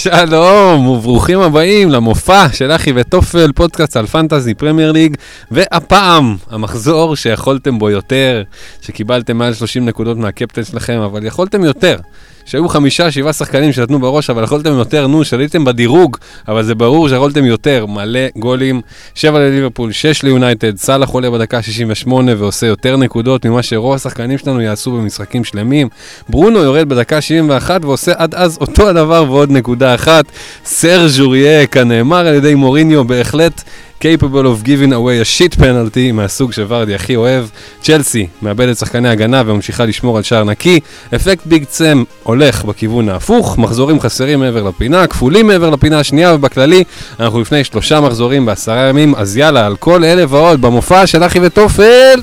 שלום וברוכים הבאים למופע של אחי וטופל, פודקאסט על פנטזי פרמייר ליג, והפעם המחזור שיכולתם בו יותר, שקיבלתם מעל 30 נקודות מהקפטן שלכם, אבל יכולתם יותר. שהיו 5-7 שחקנים שנתנו בראש, אבל יכולתם יותר, שליתם בדירוג, אבל זה ברור שיכולתם יותר, מלא גולים, 7 לליברפול, 6 ליונייטד, סאלח עולה בדקה 68 ועושה יותר נקודות ממה שרוב השחקנים שלנו יעשו במשחקים שלמים. ברונו יורד בדקה 71 ועושה עד אז אותו הדבר ועוד נקודה אחת. סרג' אוריה, כנאמר על ידי מוריניו, בהחלט capable of giving away a shit penalty מהסוג שוורדי הכי אוהב. צ'לסי מאבדת שחקני הגנה וממשיכה לשמור על שער נקי. אפקט ביג צם הולך בכיוון ההפוך, מחזורים חסרים מעבר לפינה, כפולים מעבר לפינה השנייה, ובכללי אנחנו לפני 3 מחזורים ב10 ימים, אז יאללה, על כל אלה ועוד במופע של אחי וטופל.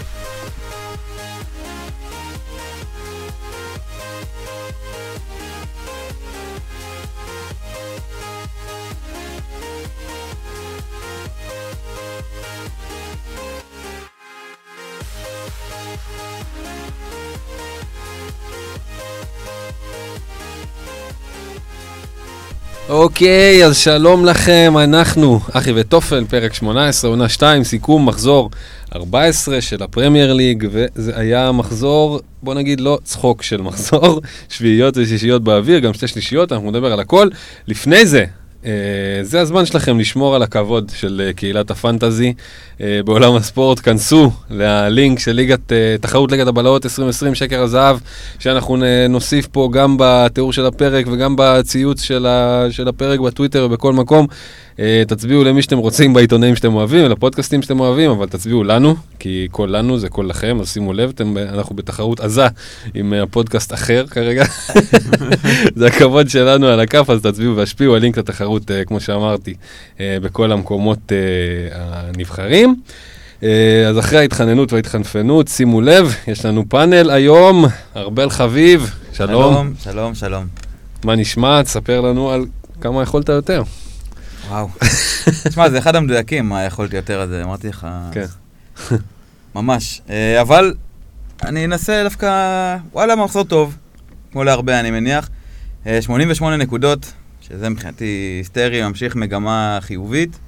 אוקיי, אז שלום לכם, אנחנו אחי וטופל, פרק 18, עונה 2, סיכום מחזור 14 של הפרמייר ליג, וזה היה מחזור, בוא נגיד לא צחוק של מחזור, שביעיות ושישיות באוויר, גם 2 שלישיות, אנחנו נדבר על הכל. לפני זה, זה הזמן שלכם לשמור על הכבוד של קהילת הפנטזי בעולם הספורט. כנסו ללינק של תחרות ליגת הבלהות 2020 שקר הזהב, שאנחנו נוסיף פה גם בתיאור של הפרק וגם בציוץ של הפרק בטוויטר ובכל מקום. תצביעו למי שאתם רוצים בעיתונאים שאתם אוהבים, לפודקאסטים שאתם אוהבים, אבל תצביעו לנו, כי כל לנו זה כל לכם, אז שימו לב, אנחנו בתחרות עזה עם הפודקאסט אחר כרגע. זה הכבוד שלנו על הכף, אז תצביעו והשפיעו. הלינק לתחרות, כמו שאמרתי, בכל המקומות הנבחרים. אז אחרי ההתחננות וההתחנפנות, שימו לב, יש לנו פאנל היום, ארבל חביב, שלום. שלום, שלום. מה נשמע? תספר לנו על כמה יכולת יותר. וואו. תשמע, זה אחד המדויקים, מה יכולתי יותר הזה, אמרתי לך. כן. ממש. אבל אני אנסה דווקא, וואלה, מחזור טוב, כמו להרבה אני מניח. 88 נקודות, שזה מבחינתי היסטרי, ממשיך מגמה חיובית.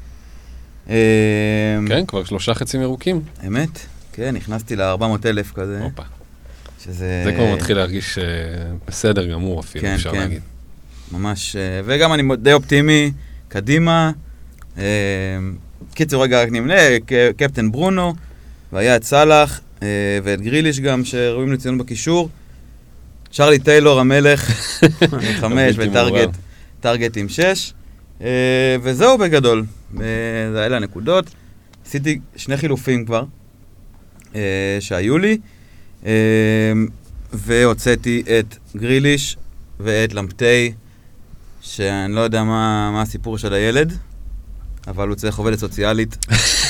כן, כבר 3 חצים ירוקים. אמת, כן, נכנסתי ל-400,000 כזה. אופה. זה כבר מתחיל להרגיש בסדר גמור אפילו, אפשר להגיד. ממש, וגם אני די אופטימי, קדימה. קיצור רגע רק נמנה, קפטן ברונו, והיה את סאלח, ואת גריליש גם, שראויים לציון בקישור. צ'רלי טיילור המלך, 5, וטרגט עם 6. וזהו בגדול. זה היה הנקודות. עשיתי 2 חילופים כבר, שהיו לי, והוצאתי את גריליש ואת למפטי, שאני לא יודע מה הסיפור של הילד, אבל הוא צריך עובדת סוציאלית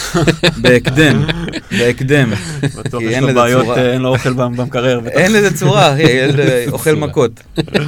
בהקדם. בטוח יש לו בעיות, אין לו אוכל במקרר. אין לזה צורה, אחי, הילד אוכל מכות.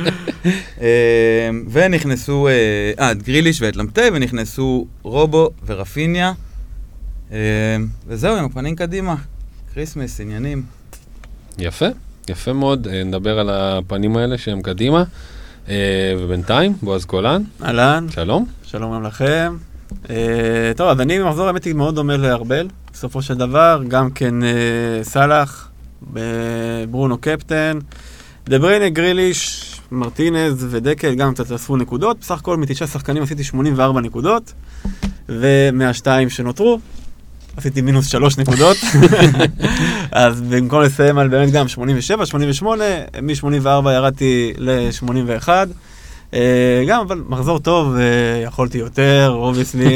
ונכנסו, את גריליש ואת למפטי, ונכנסו רובו ורפיניה, וזהו, עם הפנים קדימה. קריסמס, עניינים. יפה, יפה מאוד. נדבר על הפנים האלה שהם קדימה. ובינתיים, בועז גולן. אהלן. שלום. שלום גם לכם. טוב, אז אני במחזור האמת היא מאוד דומה לארבל, בסופו של דבר, גם כן סאלח, ברונו קפטן, דבריינה, גריליש, מרטינז ודקל, גם קצת אספו נקודות, בסך הכל מ9 שחקנים עשיתי 84 נקודות, ומ2 שנותרו, עשיתי מינוס 3 נקודות, אז במקום לסיים על באמת גם 87, 88, מ-84 ירדתי ל-81, גם, אבל מחזור טוב, יכולתי יותר, אובייסלי,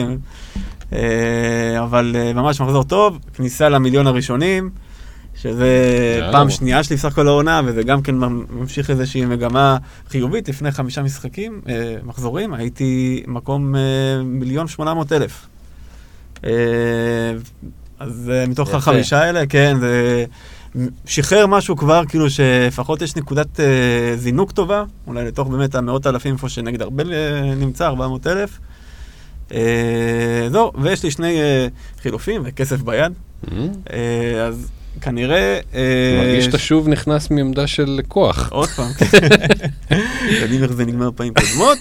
אבל ממש מחזור טוב, כניסה למיליון הראשונים, שזה פעם שנייה שלי בסך כל העונה, וזה גם כן ממשיך איזושהי מגמה חיובית. לפני 5 משחקים, מחזורים, הייתי מקום 1,800,000. אז מתוך 5 האלה, כן, זה שחרר משהו כבר, כאילו שפחות יש נקודת זינוק טובה, אולי לתוך באמת המאות אלפים, איפה שנגד הרבה נמצא, 400,000. זהו, ויש לי 2 חילופים וכסף ביד. אז כנראה... מרגיש שאתה שוב נכנס מעמדה של כוח. עוד פעם. יודעים איך זה נגמר פעמים קודמות.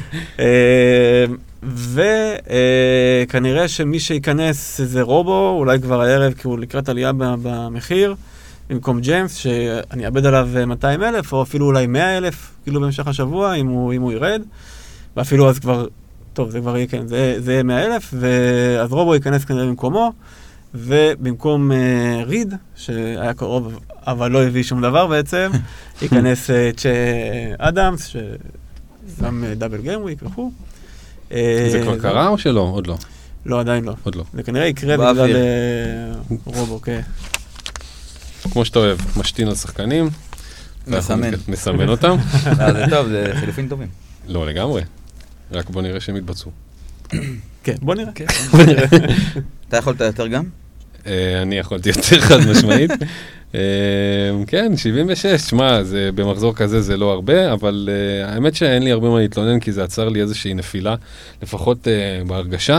וכנראה שמי שייכנס זה רובו, אולי כבר הערב, כי הוא לקראת עלייה במחיר, במקום ג'יימס, שאני אאבד עליו 200,000, או אפילו אולי 100,000, כאילו במשך השבוע, אם הוא ירד. ואפילו אז כבר, טוב, זה כבר יהיה, כן, זה יהיה 100,000, ואז רובו ייכנס כנראה במקומו, ובמקום ריד, שהיה קרוב, אבל לא הביא שום דבר בעצם, ייכנס אדמס, שגם דאבל גיים וויק וכו'. זה כבר קרה או שלא? עוד לא. לא, עדיין לא. עוד לא. זה כנראה יקרה בגלל רובו, כן. כמו שאתה אוהב, משתין על שחקנים. מסמן אותם. זה טוב, זה חילופים טובים. לא, לגמרי. רק בוא נראה שהם יתבצעו. כן, בוא נראה. אתה יכולת יותר גם? אני יכולתי יותר חד משמעית. כן, 76, שמע, במחזור כזה זה לא הרבה, אבל האמת שאין לי הרבה מה להתלונן, כי זה עצר לי איזושהי נפילה, לפחות בהרגשה.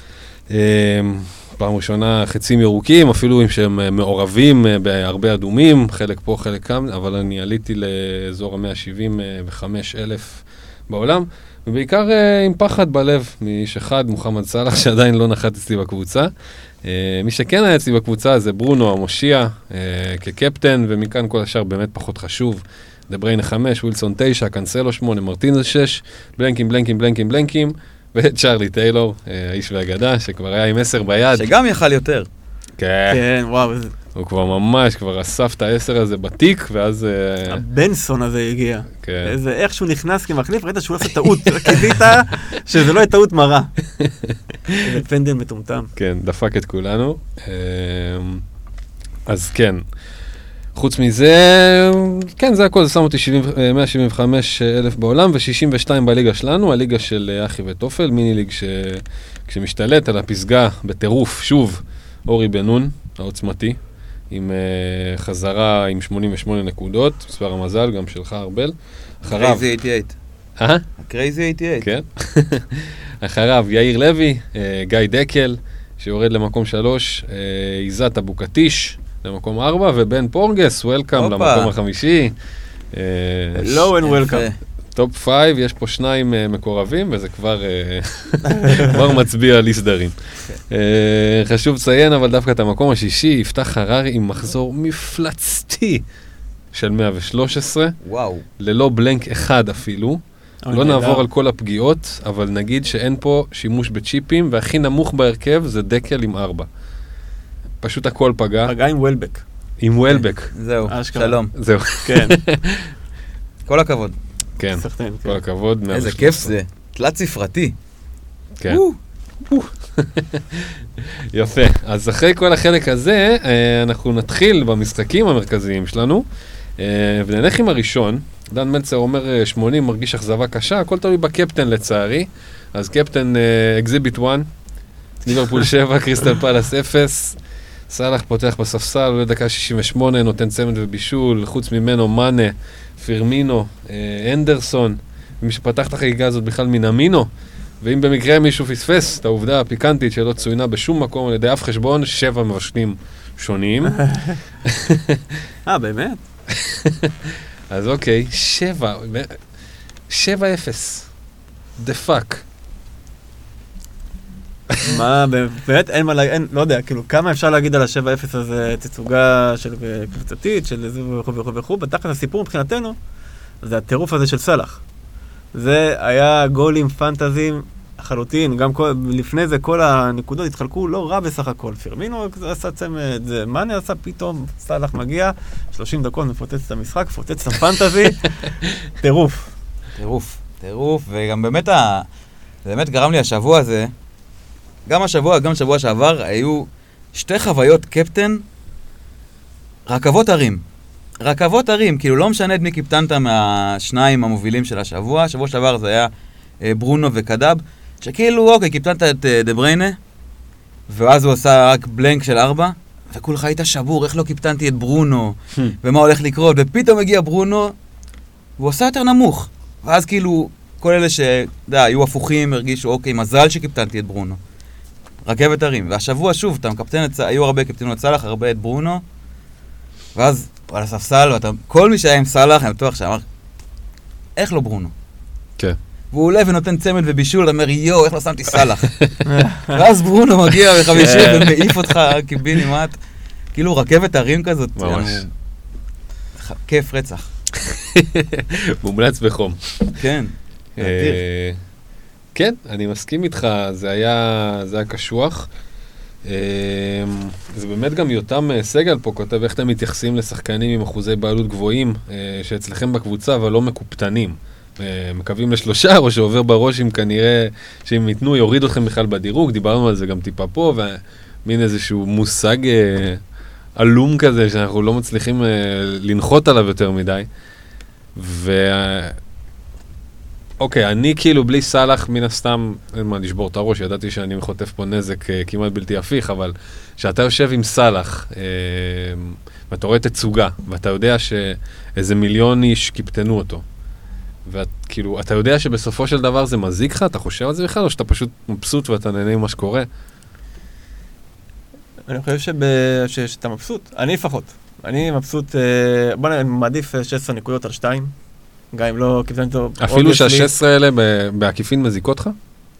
פעם ראשונה חצים ירוקים, אפילו אם שהם מעורבים בהרבה אדומים, חלק פה, חלק כאן, אבל אני עליתי לאזור ה-175,000 בעולם, ובעיקר עם פחד בלב מאיש אחד, מוחמד סלאח, שעדיין לא נחת אצלי בקבוצה. מי שכן היה אצלי בקבוצה זה ברונו המושיע, כקפטן, ומכאן כל השאר באמת פחות חשוב. דבריינה 5, ווילסון 9, קנסלו 8, מרטינז 6, בלנקים, וצ'רלי טיילור, האיש והאגדה, שכבר היה עם 10 ביד. שגם יכל יותר. כן, וואו. הוא כבר ממש, כבר אסף את ה10 הזה בתיק, ואז... הבנסון הזה הגיע. כן. איכשהו נכנס כמחליף, ראית שהוא עושה טעות, קיווית שזה לא יהיה טעות מרה. זה פנדל מטומטם. כן, דפק את כולנו. אז כן. חוץ מזה, כן, זה הכל, זה שם אותי 175,000 בעולם, ו-62 בליגה שלנו, הליגה של אחי וטופל, מיני ליג שמשתלט על הפסגה בטירוף, שוב, אורי בנון, העוצמתי, עם חזרה עם 88 נקודות, מספר המזל, גם שלך ארבל. אחריו... קרייזי 88. קרייזי 88. כן. אחריו, יאיר לוי, גיא דקל, שיורד למקום 3, עיזת אבו קטיש, למקום 4, ובן פורגס, וולקאם למקום החמישי. לא אין וולקאם. טופ 5, יש פה 2 מקורבים, וזה כבר מצביע על אי-סדרים. חשוב לציין, אבל דווקא את המקום השישי, יפתח חררי עם מחזור מפלצתי של 113. וואו. ללא בלנק אחד אפילו. לא נעבור על כל הפגיעות, אבל נגיד שאין פה שימוש בצ'יפים, והכי נמוך בהרכב זה דקל עם 4. פשוט הכל פגע. פגע עם וולבק. עם וולבק. זהו, שלום. זהו. כן. כל הכבוד. כן, כל הכבוד. איזה כיף זה. תלת ספרתי. כן. יפה. אז אחרי כל החלק הזה, אנחנו נתחיל במשחקים המרכזיים שלנו, ונלך עם הראשון. דן מלצר אומר 80, מרגיש אכזבה קשה, הכל תלוי בקפטן לצערי. אז קפטן אקזיביט 1, ליברפול 7, קריסטל פלאס 0, סלאח פותח בספסל, לדקה 68, נותן צמד ובישול, חוץ ממנו מנה, פירמינו, אנדרסון, ומי שפתח את החגיגה הזאת בכלל מנמינו, ואם במקרה מישהו פספס את העובדה הפיקנטית שלא צוינה בשום מקום על ידי אף חשבון, 7 מבשלים שונים. באמת? אז אוקיי, 7-0. The fuck. מה, באמת אין מה להגיד, לא יודע, כאילו, כמה אפשר להגיד על ה-7-0 הזה, תצוגה של קבוצתית, של איזה וכו', בתחת הסיפור מבחינתנו, זה הטירוף הזה של סלאח. זה היה גולים פנטזיים לחלוטין, גם לפני זה כל הנקודות התחלקו לא רע בסך הכל. פירמינו עשה צמד, מנה עשה פתאום, סלאח מגיע, 30 דקות מפוצץ את המשחק, מפוצץ את הפנטזי, טירוף. טירוף, וגם באמת, זה באמת גרם לי השבוע הזה, גם השבוע, גם שבוע שעבר, היו 2 חוויות קפטן, רכבות הרים, כאילו לא משנה את מי קיפטנת מהשניים המובילים של השבוע, שבוע שעבר זה היה ברונו וקדאב, שכאילו אוקיי, קיפטנת את דבריינה, ואז הוא עשה רק בלנק של 4, וכולך היית שבור, איך לא קיפטנתי את ברונו, ומה הולך לקרות, ופתאום הגיע ברונו, והוא עשה יותר נמוך, ואז כאילו כל אלה היו הפוכים, הרגישו אוקיי, מזל שקיפטנתי את ברונו. רכבת הרים, והשבוע שוב, היו הרבה קפטנות סלאח, הרבה את ברונו, ואז הוא על הספסל, כל מי שהיה עם סלאח, אני בטוח שאמר, איך לא ברונו? כן. והוא עולה ונותן צמד ובישול, אתה אומר, יואו, איך לא שמתי סלאח? ואז ברונו מגיע ב50 ומעיף אותך קיבינימט, כאילו רכבת הרים כזאת. ממש. כיף רצח. מומלץ בחום. כן. כן, אני מסכים איתך, זה היה קשוח. זה באמת גם יותם סגל פה כותב איך אתם מתייחסים לשחקנים עם אחוזי בעלות גבוהים שאצלכם בקבוצה אבל לא מקופטנים. מקווים לשלושה או שעובר בראש אם כנראה שאם ייתנו יוריד אתכם בכלל בדירוג, דיברנו על זה גם טיפה פה ומין איזשהו מושג אלום כזה שאנחנו לא מצליחים לנחות עליו יותר מדי. אוקיי, אני כאילו בלי סלאח מן הסתם, אין מה לשבור את הראש, ידעתי שאני חוטף פה נזק כמעט בלתי הפיך, אבל שאתה יושב עם סלאח, ואתה רואה תצוגה, ואתה יודע שאיזה מיליון איש קיפטנו אותו, וכאילו, אתה יודע שבסופו של דבר זה מזיק לך, אתה חושב על זה בכלל, או שאתה פשוט מבסוט ואתה נהנה ממה שקורה? אני חושב שאתה מבסוט, אני לפחות. אני מבסוט, בוא נראה, אני מעדיף 16 נקודות על 2, גם אם לא קיבלתי אותו... אפילו שה-16 האלה בעקיפין מזיקות לך?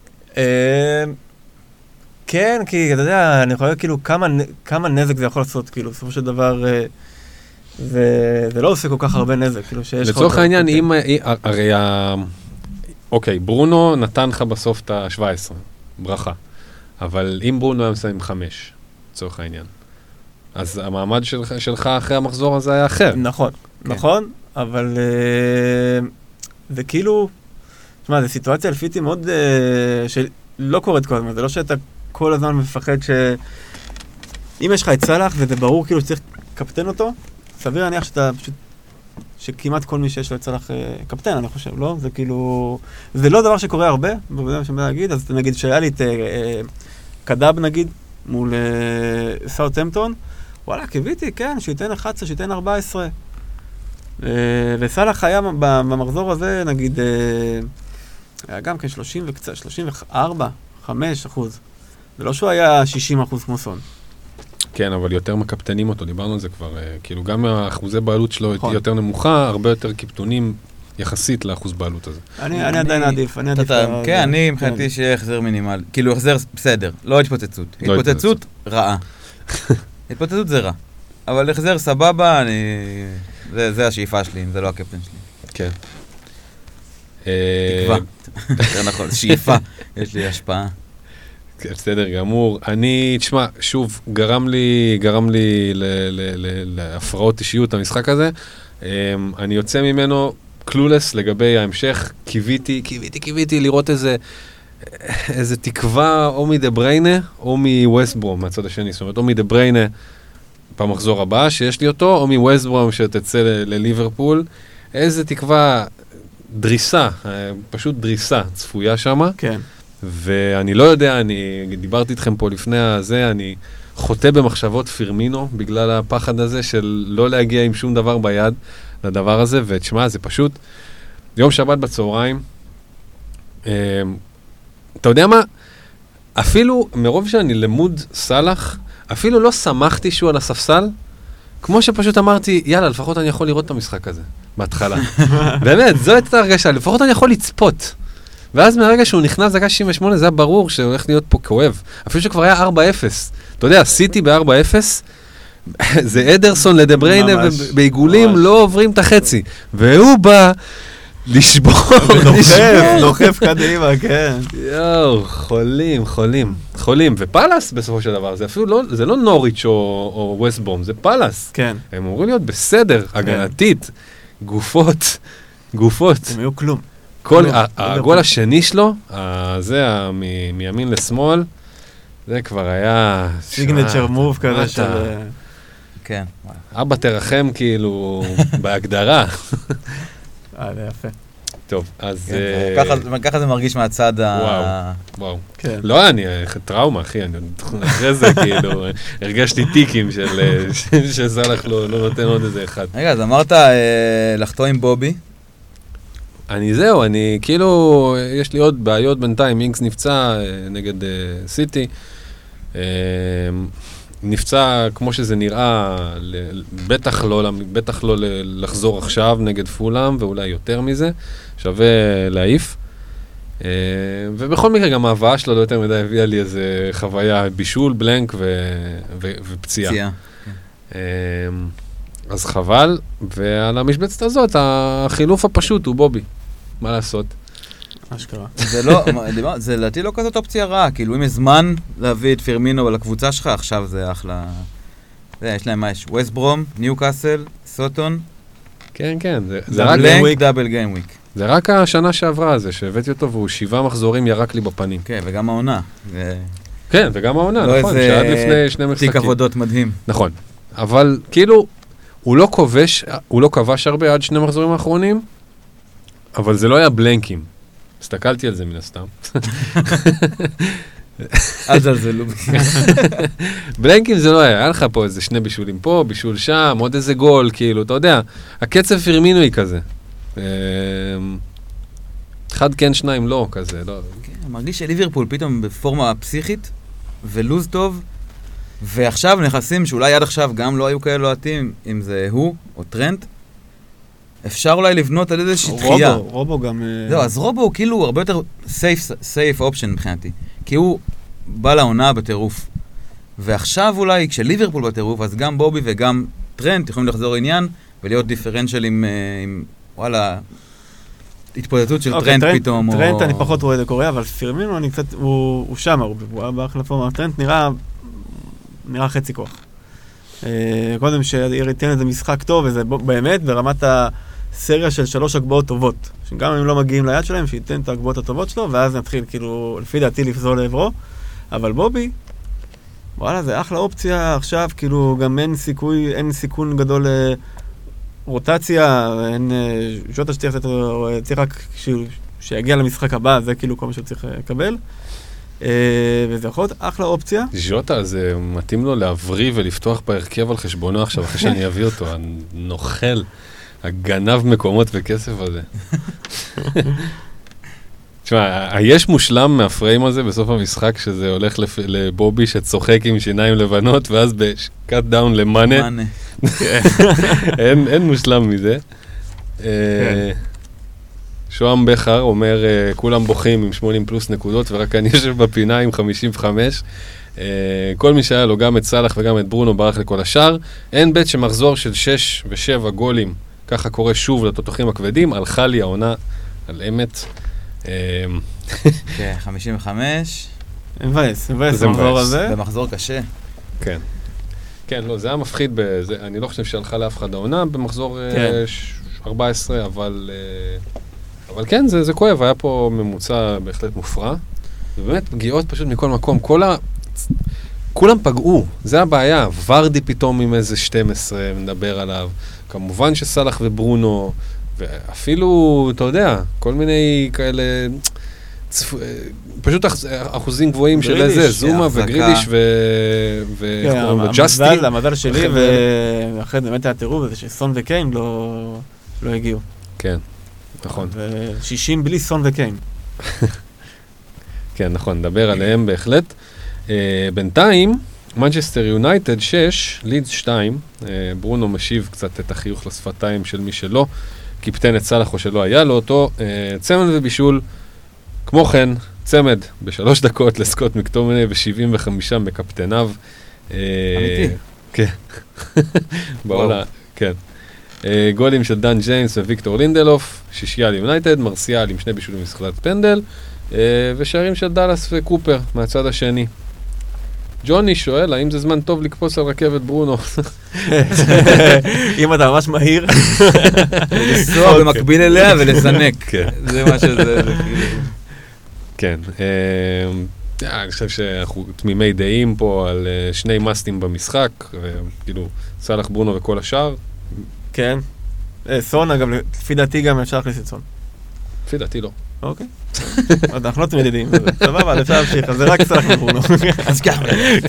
כן, כי אתה יודע, אני יכול להגיד כאילו כמה נזק זה יכול לעשות, כאילו, בסופו של דבר, זה לא עושה כל כך הרבה נזק, כאילו שיש... לצורך העניין, אם... הרי אוקיי, ברונו נתן לך בסוף את ה-17, ברכה. אבל אם ברונו היה מסיים 5, לצורך העניין, אז המעמד שלך אחרי המחזור הזה היה אחר. נכון, נכון, אבל זה כאילו, תשמע, זו סיטואציה אלפיתי מאוד, שלא קורית כל הזמן, זה לא שאתה כל הזמן מפחד אם יש לך את סלאח וזה ברור כאילו שצריך קפטן אותו, סביר להניח שאתה פשוט, שכמעט כל מי שיש לו את סלאח קפטן, אני חושב, לא? זה כאילו, זה לא דבר שקורה הרבה, בוודאי מה שאני להגיד, אז נגיד שהיה לי את קדאב נגיד, מול סאות'המפטון, וואלה, קיוויתי, כן, שייתן 11, שייתן 14. וסלאח היה במחזור הזה, נגיד, היה גם כן 30 וקצת, 34, 5%. זה לא שהוא היה 60% כמו סון. כן, אבל יותר מקפטנים אותו, דיברנו על זה כבר, כאילו גם האחוזי בעלות שלו היא יותר נמוכה, הרבה יותר קיפטונים יחסית לאחוז בעלות הזה. אני עדיין עדיף, כן, אני מבחינתי שיהיה החזר מינימלי, כאילו החזר בסדר, לא התפוצצות. התפוצצות רעה. התפוצצות זה רע. אבל החזר סבבה, זה השאיפה שלי, אם זה לא הקפטן שלי. כן. תקווה. יותר נכון, שאיפה. יש לי השפעה. בסדר גמור. אני, תשמע, שוב, גרם לי להפרעות אישיות המשחק הזה. אני יוצא ממנו קלולס לגבי ההמשך. קיוויתי לראות איזה תקווה או מדה בריינה או מווסטברום מהצד השני. זאת אומרת, או מדה בריינה במחזור הבא שיש לי אותו, או מווסטברום שתצא לליברפול. איזה תקווה, דריסה, פשוט דריסה צפויה שמה. כן. ואני לא יודע, אני דיברתי איתכם פה לפני הזה, אני חוטא במחשבות פירמינו, בגלל הפחד הזה של לא להגיע עם שום דבר ביד לדבר הזה, ותשמע, זה פשוט, יום שבת בצהריים, אתה יודע מה? אפילו מרוב שאני למוד סלאח, אפילו לא שמחתי שהוא על הספסל, כמו שפשוט אמרתי, יאללה, לפחות אני יכול לראות את המשחק הזה, בהתחלה. באמת, זו הייתה הרגשה, לפחות אני יכול לצפות. ואז מהרגע שהוא נכנס דקה 68, זה היה ברור שהולך להיות פה כואב. אפילו שכבר היה 4-0. אתה יודע, סיטי ב-4-0, זה אדרסון לדבריינה, ובעיגולים לא עוברים את החצי. והוא בא לשבור. דוחף קדימה, כן. יואו, חולים. ופלאס בסופו של דבר, זה אפילו לא, זה לא נוריץ' או ווסטברום, זה פלאס. כן. הם אמורים להיות בסדר, הגנתית, גופות. הם היו כלום. הגול השני שלו, זה מימין לשמאל, זה כבר היה... סיגנצ'ר מוב כזה של... כן. אבא תרחם כאילו בהגדרה. זה יפה. טוב, אז... ככה זה מרגיש מהצד ה... וואו. לא, אני טראומה, אחי, אחרי זה כאילו, הרגשתי טיקים של סלאח לא נותן עוד איזה אחד. רגע, אז אמרת לחתום עם בובי. אני כאילו, יש לי עוד בעיות בינתיים, אינקס נפצע נגד סיטי, נפצע כמו שזה נראה, בטח לא לחזור עכשיו נגד פולאם, ואולי יותר מזה, שווה להעיף. ובכל מקרה גם ההבאה שלו לא יותר מדי הביאה לי איזה חוויה, בישול, בלנק ופציעה. אז חבל, ועל המשבצת הזאת, החילוף הפשוט הוא בובי. מה לעשות? אשכרה. זה לדעתי לא כזאת אופציה רעה, כאילו אם יש זמן להביא את פירמינו לקבוצה שלך, עכשיו זה אחלה. יש להם מה יש? ווסט ברום, ניו קאסל, סוטון. כן, כן. זה רק דאבל גיים וויק. זה רק השנה שעברה הזה, שהבאתי אותו, והוא 7 מחזורים ירק לי בפנים. כן, וגם העונה. כן, וגם העונה, נכון, שעד לפני 2 משחקים. תיק עבודות מדהים. נכון. אבל כאילו, הוא לא כבש הרבה עד 2 מחזורים האחרונים, אבל זה לא היה בלנקים. הסתכלתי על זה מן הסתם. אל זלזלו. בלנקים זה לא היה לך פה איזה 2 בישולים פה, בישול שם, עוד איזה גול, כאילו, אתה יודע, הקצב פירמינו היא כזה. 1 כן, 2 לא, כזה, לא. מרגיש שליברפול פתאום בפורמה פסיכית, ולוז טוב, ועכשיו נכנסים שאולי עד עכשיו גם לא היו כאלה לועטים, אם זה הוא או טרנט, אפשר אולי לבנות על איזושהי דחייה. רובו גם... לא, אז רובו הוא כאילו הרבה יותר safe option מבחינתי, כי הוא בא לעונה בטירוף. ועכשיו אולי, כשליברפול בטירוף, אז גם בובי וגם טרנט יכולים לחזור עניין, ולהיות דיפרנציאל עם וואלה, התפוצצות של טרנט פתאום. טרנט אני פחות רואה את זה קורה, אבל פירמינו אני קצת, הוא שם, הוא באחלה פורמה. טרנט נראה חצי כוח. קודם שיתן איזה משחק טוב, וזה באמת ברמת הסריה של 3 הגבוהות טובות. שגם אם לא מגיעים ליד שלהם, שייתן את ההגבוהות הטובות שלו, ואז נתחיל כאילו, לפי דעתי לפזול לעברו. אבל בובי, וואלה, זה אחלה אופציה עכשיו, כאילו גם אין סיכון גדול רוטציה, אין ז'וטה שצריך רק שיגיע למשחק הבא, זה כאילו כל מה שצריך לקבל. וזה יכול להיות אחלה אופציה. ז'וטה, זה מתאים לו להבריא ולפתוח בהרכב על חשבונו עכשיו, אחרי שאני אביא אותו, הנוכל, הגנב מקומות וכסף הזה. תשמע, יש מושלם מהפריים הזה בסוף המשחק, שזה הולך לבובי שצוחק עם שיניים לבנות, ואז בקאט דאון למאנה. אין מושלם מזה. שוהם בכר אומר, כולם בוכים עם 80 פלוס נקודות, ורק אני יושב בפינה עם 55. כל מי שהיה לו גם את סלח וגם את ברונו ברח לכל השאר. אין בית שמחזור של 6 ו7 גולים, ככה קורה שוב לתותחים הכבדים, הלכה לי העונה על אמת. כן, 55. מבאס המחזור הזה. במחזור קשה. כן. כן, לא, זה היה מפחיד, אני לא חושב שהלכה לאף אחד העונה במחזור 14, אבל כן, זה כואב, היה פה ממוצע בהחלט מופרע, ובאמת פגיעות פשוט מכל מקום, כולם פגעו, זה הבעיה, ורדי פתאום עם איזה 12 מדבר עליו, כמובן שסלח וברונו, ואפילו, אתה יודע, כל מיני כאלה, פשוט אחוזים גבוהים של איזה, זומה וגריליש וג'סטין. המזל שלי, ואחרי זה באמת היה טירוף, זה שסון וקיין לא הגיעו. כן, נכון. ו60 בלי סון וקיין. כן, נכון, נדבר עליהם בהחלט. בינתיים, מנצ'סטר יונייטד 6, לידס 2, ברונו משיב קצת את החיוך לשפתיים של מי שלא, קיפטן את סלח או שלא היה לו אותו, צמד ובישול, כמו כן, צמד ב3 דקות לסקוט מקטומני ו75 מקפטניו. אמיתי? כן. בעולה, כן. גולים של דן ג'יימס וויקטור לינדלוף, 6 ליונייטד, מרסיאל עם 2 בישולים מסחלת פנדל, ושערים של דלס וקופר מהצד השני. ג'וני שואל, האם זה זמן טוב לקפוץ על רכבת ברונו? אם אתה ממש מהיר. לנסוע במקביל אליה ולזנק. זה מה שזה. כן. אני חושב שאנחנו תמימי דעים פה על 2 מסטים במשחק, כאילו, סלח ברונו וכל השאר. כן. סון, אגב, לפי דעתי גם אפשר להכניס את סון. לפי דעתי לא. אוקיי. אנחנו לא תמיד יודעים. סבבה, אפשר להמשיך, אז זה רק סלח לברונו. אז ככה.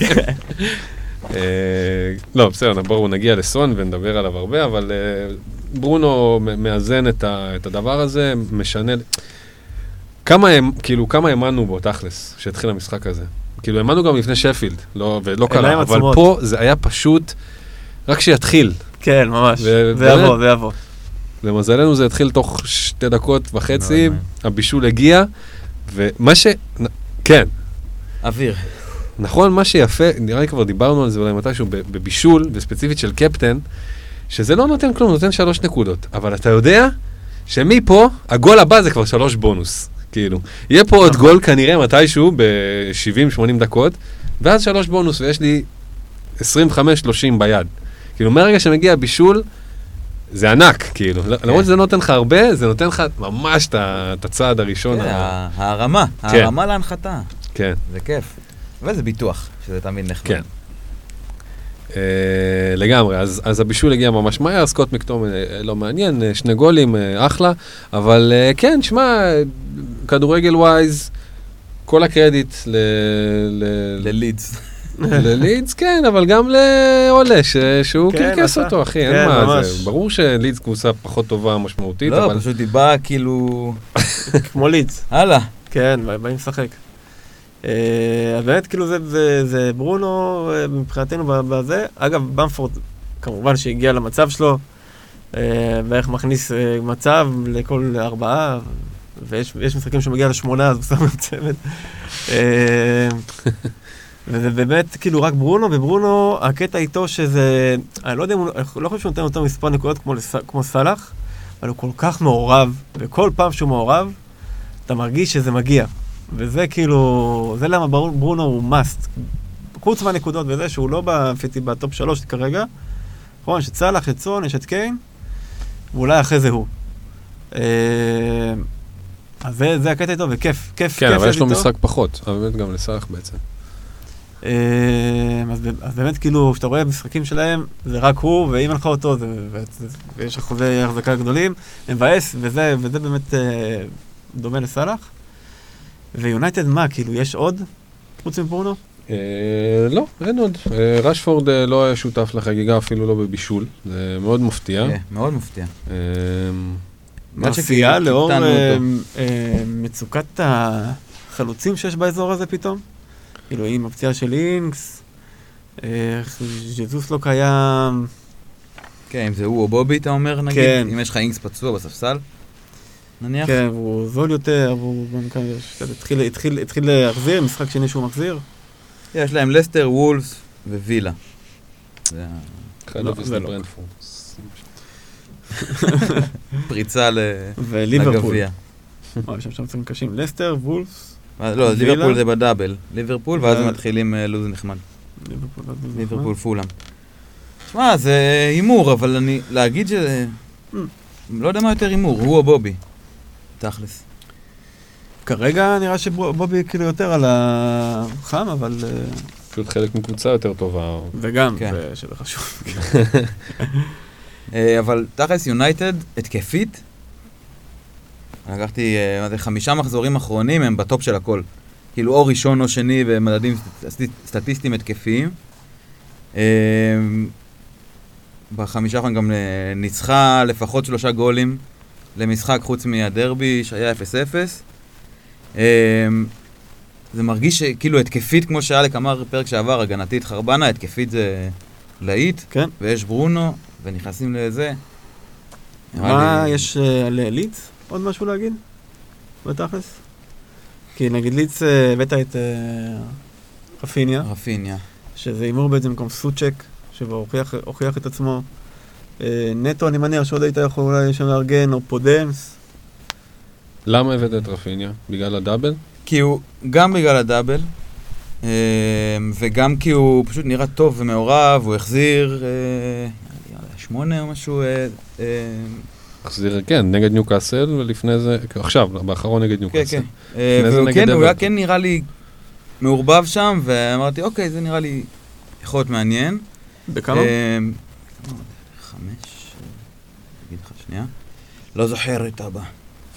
לא, בסדר, בואו נגיע לסון ונדבר עליו הרבה, אבל ברונו מאזן את הדבר הזה, משנה... כמה האמנו בו, תכלס, שהתחיל המשחק הזה? כאילו, האמנו גם לפני שפילד, ולא קרה, עיניים אבל עצומות. פה זה היה פשוט, רק שיתחיל. כן, ממש. ו- זה יבוא, זה יבוא. למזלנו זה התחיל תוך 2.5 דקות, מאוד. הבישול הגיע, ומה כן, אוויר. נכון, מה שיפה, נראה לי כבר דיברנו על זה אולי מתישהו, בבישול, וספציפית של קפטן, שזה לא נותן כלום, נותן 3 נקודות, אבל אתה יודע שמפה, הגול הבא זה כבר 3 בונוס, כאילו. יהיה פה עוד גול כנראה מתישהו, ב-70-80 דקות, ואז 3 בונוס, ויש לי 25-30 ביד. כאילו, מהרגע שמגיע הבישול, זה ענק, כאילו. למרות שזה נותן לך הרבה, זה נותן לך ממש את הצעד הראשון. הרמה להנחתה. כן. זה כיף. וזה ביטוח, שזה תמיד נחמד. כן. לגמרי, אז הבישול הגיע ממש מהר, סקוט מקטומן לא מעניין, 2 גולים, אחלה, אבל כן, שמע, כדורגל ווייז, כל הקרדיט ללידס. ללידס, כן, אבל גם לעולה, שהוא קרקס אותו, אחי, אין מה, זה ברור שלידס קבוצה פחות טובה, משמעותית, לא, אבל... פשוט היא באה כאילו... כמו לידס. הלאה. כן, באים לשחק. אז באמת, כאילו זה ברונו מבחינתנו בזה. אגב, במפורד, כמובן שהגיע למצב שלו, בערך מכניס מצב לכל 4, ויש משחקים שמגיע ל8, אז הוא שם צמד. וזה באמת כאילו רק ברונו, וברונו, הקטע איתו שזה, אני לא יודע, אני לא חושב שהוא נותן יותר מספר נקודות כמו סלאח, אבל הוא כל כך מעורב, וכל פעם שהוא מעורב, אתה מרגיש שזה מגיע. וזה כאילו, זה למה ברונו הוא מאסט. חוץ מהנקודות וזה, שהוא לא בטופ 3 כרגע, נכון, יש את סלאח, את סון, יש את קיין, ואולי אחרי זה הוא. אז זה הקטע איתו, וכיף, כיף. כן, אבל יש לו משחק פחות, אבל באמת גם לסלאח בעצם. אז באמת כאילו, כשאתה רואה משחקים שלהם, זה רק הוא, ואם אין לך אותו, ויש אחוזי החזקה גדולים, מבאס, וזה באמת דומה לסלאח. ויונייטד מה, כאילו, יש עוד חוץ מברונו? לא, אין עוד. רשפורד לא היה שותף לחגיגה, אפילו לא בבישול. זה מאוד מפתיע. מאוד מפתיע. מפתיע לאור מצוקת החלוצים שיש באזור הזה פתאום. כאילו, עם הפציעה של אינקס, ז'זוס לא קיים. כן, אם זה הוא או בובי, אתה אומר, נגיד? כן. אם יש לך אינקס פצוע בספסל, נניח? כן, הוא זול יותר, והוא גם כאן, התחיל להחזיר, משחק שני שהוא מחזיר. יש להם לסטר, וולס ווילה. זה ברנפורד. פריצה לגביע. יש שם משחקים קשים, לסטר, וולס. לא, ליברפול זה בדאבל. ליברפול, ואז מתחילים לוז נחמד. ליברפול פולאם. תשמע, זה הימור, אבל אני, להגיד שזה... לא יודע מה יותר הימור, הוא או בובי. תכלס. כרגע נראה שבובי כאילו יותר על החם, אבל... פשוט חלק מקבוצה יותר טובה. וגם, שזה חשוב. אבל תכלס יונייטד, התקפית, לקחתי 5 מחזורים אחרונים, הם בטופ של הכל. כאילו או ראשון או שני במדדים סטטיסטיים התקפיים. ב5 האחרונים גם ניצחה לפחות 3 גולים למשחק חוץ מהדרבי שהיה 0-0. זה מרגיש כאילו התקפית, כמו שאלק אמר פרק שעבר, הגנתית חרבנה, התקפית זה להיט, כן. ויש ברונו, ונכנסים לזה. מה יש לליץ? עוד משהו להגיד? בתכלס? כי נגיד ליץ הבאת את רפיניה. שזה אימור בעצם במקום סוצ'ק, שהוכיח את עצמו. נטו, אני מניח שעוד היית יכול אולי שם לארגן, או פודנס. למה הבאת את רפיניה? בגלל הדאבל? כי הוא, גם בגלל הדאבל, וגם כי הוא פשוט נראה טוב ומעורב, הוא החזיר 8 או משהו. החזיר, כן, נגד ניוקאסל, ולפני זה, עכשיו, באחרון נגד ניוקאסל. כן, הוא היה כן נראה לי מעורבב שם, ואמרתי, אוקיי, זה נראה לי יכול להיות מעניין. בכמה? 5, אגיד לך שנייה. לא זוכר את הבא.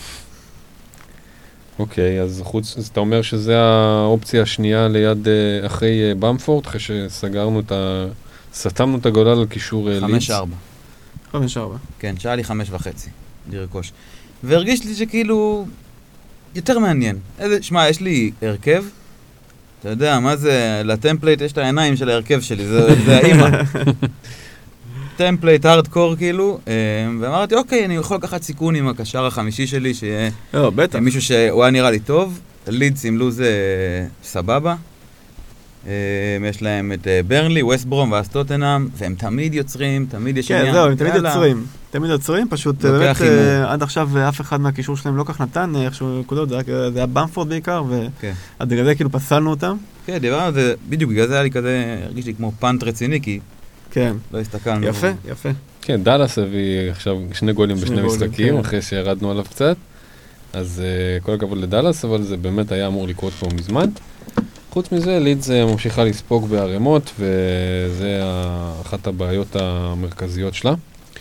אוקיי, אז אתה אומר שזה האופציה השנייה ליד, אחרי במפורד, אחרי שסגרנו סתמנו את הגולל על קישור ליץ. 5-4. כן, שעה לי 5.5, לרכוש. והרגיש לי שכאילו יותר מעניין. שמע, יש לי הרכב, אתה יודע, מה זה, לטמפלייט יש את העיניים של ההרכב שלי, זה האמא. טמפלייט הארדקור כאילו, ואמרתי, אוקיי, אני יכול לקחת סיכון עם הקשר החמישי שלי, שיהיה מישהו שהוא היה נראה לי טוב, לידס עם לוז סבבה. יש להם את ברנלי, ווסט ברום ואז טוטנהאם, והם תמיד יוצרים, תמיד יש עניין. כן, זהו, הם תמיד יוצרים, פשוט באמת עד עכשיו אף אחד מהקישור שלהם לא כך נתן איכשהו נקודות, זה היה במפורד בעיקר, ועד בגלל זה כאילו פסלנו אותם. כן, דיברנו על זה, בדיוק בגלל זה היה לי כזה, הרגיש לי כמו פאנט רציני, כי לא הסתכלנו. יפה, יפה. כן, דאלאס הביא עכשיו 2 גולים בשני משחקים, אחרי שירדנו עליו קצת, אז כל הכבוד לדאלאס, אבל זה באמת היה אמור לקרות פה מזמן. חוץ מזה, לידס ממשיכה לספוג בערימות, וזה אחת הבעיות המרכזיות שלה.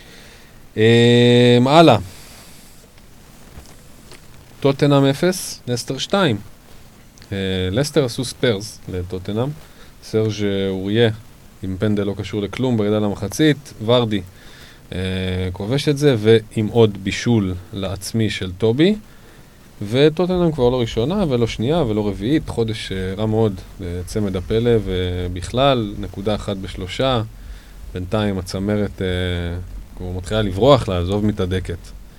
הלאה. טוטנאם 0, לסטר 2. לסטר עשו ספרס לטוטנאם. סרג' אוריה עם פנדל לא קשור לכלום, ברדה למחצית. ורדי כובש את זה, ועם עוד בישול לעצמי של טובי. וטוטנאם כבר לא ראשונה ולא שנייה ולא רביעית, חודש רע מאוד לצמד הפלא, ובכלל, 1 ב3, בינתיים הצמרת כבר מתחילה לברוח, לעזוב מתהדקת.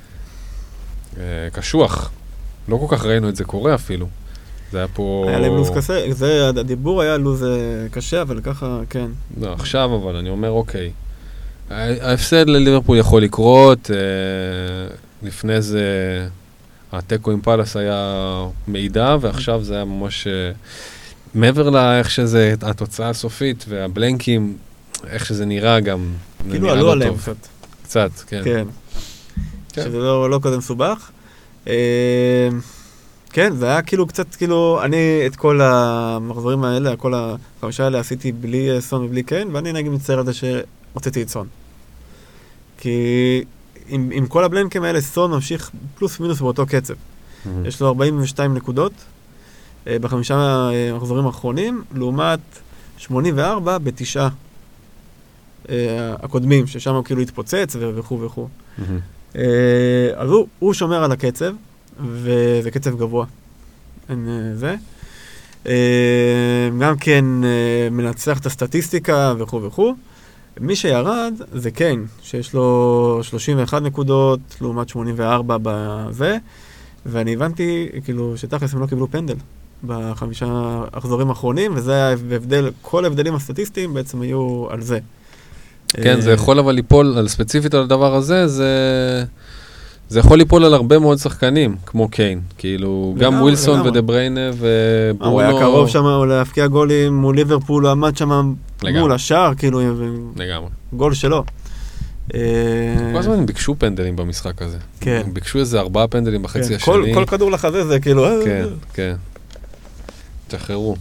קשוח, לא כל כך ראינו את זה קורה אפילו. זה היה פה... היה להם לוז קשה, הדיבור היה לוז קשה, אבל ככה, כן. לא, עכשיו אבל אני אומר, אוקיי, ההפסד לליברפול יכול לקרות, לפני זה... הטקו עם פלס היה מידע, ועכשיו זה היה ממש מעבר לאיך שזה, התוצאה הסופית והבלנקים, איך שזה נראה גם, כאילו עלו עליהם קצת. קצת, כן. כן. שזה לא כזה מסובך. כן, זה היה כאילו קצת, כאילו, אני את כל המחזורים האלה, כל החמישה האלה עשיתי בלי סון ובלי קיין, ואני נגיד מצטער על זה שהוצאתי את סון. כי... עם כל הבלנקים האלה, סון ממשיך פלוס מינוס באותו קצב. יש לו 42 נקודות ב5 מחזורים האחרונים, לעומת 84 ב9 הקודמים, ששם הוא כאילו התפוצץ וכו' וכו'. אז הוא שומר על הקצב, וזה קצב גבוה. זה. גם כן מנצח את הסטטיסטיקה וכו' וכו'. מי שירד זה קיין, שיש לו 31 נקודות, לעומת 84 בזה, ואני הבנתי, כאילו, שתכלס הם לא קיבלו פנדל ב5 מחזורים האחרונים, וזה היה הבדל, כל ההבדלים הסטטיסטיים בעצם היו על זה. כן, זה יכול אבל ליפול, על ספציפית על הדבר הזה, זה יכול ליפול על הרבה מאוד שחקנים, כמו קיין, כאילו, גם ווילסון ודבריינה וברונו. הוא היה קרוב שם להפקיע גולים מול ליברפול, הוא עמד שם מול השער, כאילו, לגמרי. גול שלו. כל הזמן הם ביקשו פנדלים במשחק הזה. כן. הם ביקשו איזה 4 פנדלים בחצי השני. כל כדור לחזה זה כאילו... כן, כן. תשחררו.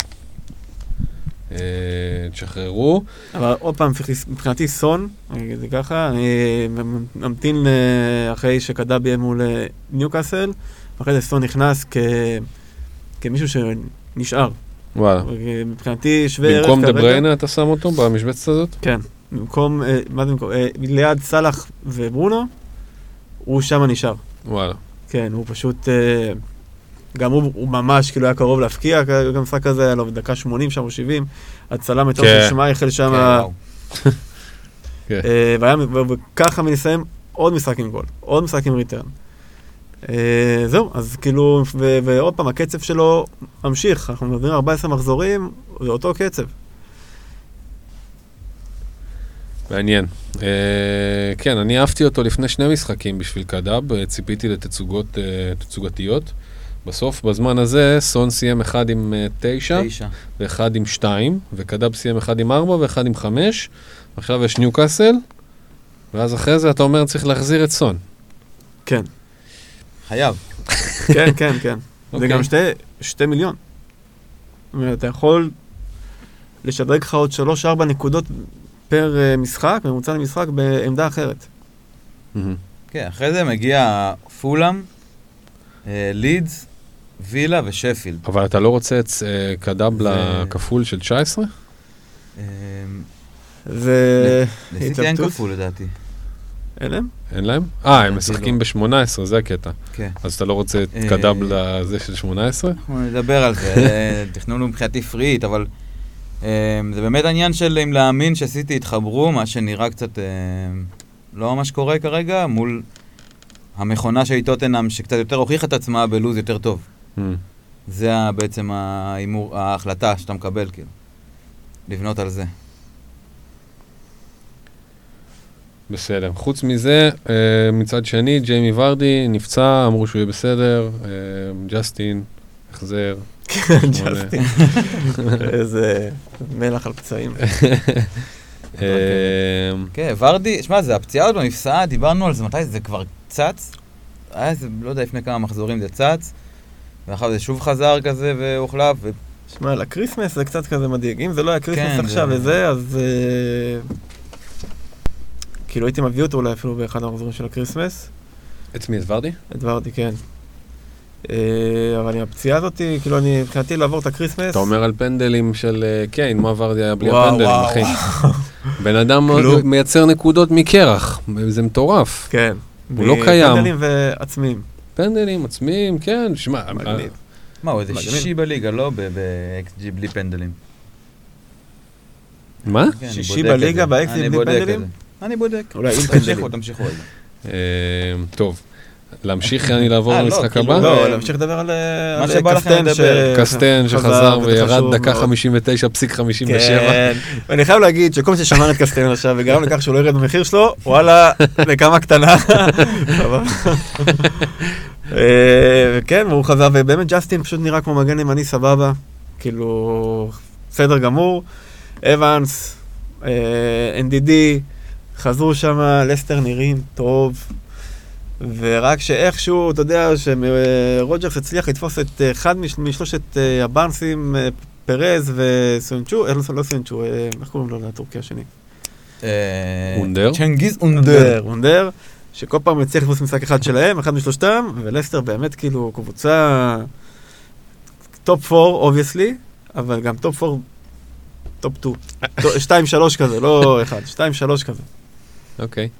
תשחררו. אבל עוד פעם, מבחינתי סון, אני אגיד זה ככה, אני ממתין אחרי שקדאב יהיה מול ניוקאסל, ואחרי זה סון נכנס כמישהו שנשאר. וואלה. מבחינתי שווה ערך כרגע. במקום דבריינה אתה שם אותו במשבצת הזאת? כן. במקום, מה זה במקום? ליד סלאח וברונו, הוא שם נשאר. וואלה. כן, הוא פשוט... גם הוא ממש כאילו היה קרוב להפקיע, גם משחק כזה היה לו בדקה 80 שם או 70, הצלה מתוך ששמע החל שם... וככה מנסיים עוד משחק עם גול, עוד משחק עם ריטרן. זהו, אז כאילו, ועוד פעם, הקצב שלו ממשיך, אנחנו מדברים 14 מחזורים, זה אותו קצב. מעניין. כן, אני אהבתי אותו לפני 2 משחקים בשביל קדאב, ציפיתי לתצוגתיות. בסוף, בזמן הזה, סון סיים 1 עם 9, ו1 עם 2, וקדאב סיים 1 עם 4, ו1 עם 5, עכשיו יש ניוקאסל, ואז אחרי זה אתה אומר צריך להחזיר את סון. כן. חייב. כן, כן, כן. זה גם 2 מיליון. זאת אומרת, אתה יכול לשדרג לך עוד 3-4 נקודות פר משחק, ממוצע למשחק בעמדה אחרת. כן, אחרי זה מגיע פולאם, לידס, וילה ושפילד. אבל אתה לא רוצה את קדאב לכפול של 19? לסיטי אין כפול לדעתי. אין להם? אין להם? הם משחקים ב-18, זה הקטע. כן. אז אתה לא רוצה את קדאב לזה של 18? אנחנו נדבר על זה, תכנון הוא מבחינתי פריט, אבל זה באמת העניין של אם להאמין שסיטי התחברו, מה שנראה קצת לא ממש קורה כרגע, מול המכונה של טוטנהאם שקצת יותר הוכיחה את עצמה בלוז יותר טוב. זה בעצם ההחלטה שאתה מקבל, כאילו. לבנות על זה. בסדר. חוץ מזה, מצד שני, ג'יימי ורדי נפצע, אמרו שהוא יהיה בסדר, ג'סטין, החזר. ג'סטין. איזה מלח על פצעים. כן, ורדי, שמע, זה הפציעה עוד במפסעה, דיברנו על זה, מתי זה כבר צץ? זה, לא יודע, לפני כמה מחזורים זה צץ, ואחר זה שוב חזר כזה והוחלף. שמע, לקריסמס זה קצת כזה מדאיג. אם זה לא היה קריסמס עכשיו וזה, אז כאילו הייתי מביא אותו אולי אפילו באחד המחזורים של הקריסמס. את מי, את ורדי? את ורדי, כן. אבל עם הפציעה הזאת, כאילו אני מבחינתי לעבור את הקריסמס. אתה אומר על פנדלים של קיין, מה ורדי היה בלי הפנדלים, אחי? בן אדם מייצר נקודות מקרח, זה מטורף. כן. הוא לא קיים. פנדלים ועצמיים. פנדלים, עצמיים, כן. שמע, מגניב. מה, הוא איזה שישי בליגה, לא ב-XG בלי פנדלים. מה? שישי בליגה, ב-XG בלי פנדלים? אני בודק. אולי עם פנדלים. תמשיכו על זה. טוב. להמשיך אני לעבור למשחק הבא? לא, להמשיך לדבר על קסטן שחזר וירד דקה 59.57. כן, ואני חייב להגיד שכל מי ששמע את קסטן עכשיו וגרם לכך שהוא לא ירד במחיר שלו, וואלה, לכמה קטנה. כן, והוא חזר, ובאמת ג'סטין פשוט נראה כמו מגן ימני סבבה, כאילו, סדר גמור. אבנס, NDD, חזרו שם, לסטר נראים טוב. ורק שאיכשהו, אתה יודע, שרוג'רס הצליח לתפוס את אחד משלושת הבארנסים, פרז וסוינצ'ו, לא סוינצ'ו, איך קוראים לו לטורקיה השני? אונדר? צ'נגיז אונדר, שכל פעם הצליח לתפוס משחק אחד שלהם, אחד משלושתם, ולסטר באמת כאילו קבוצה טופ 4, obviously, אבל גם טופ 4, טופ 2, 2-3 כזה, לא 1, 2-3 כזה. אוקיי.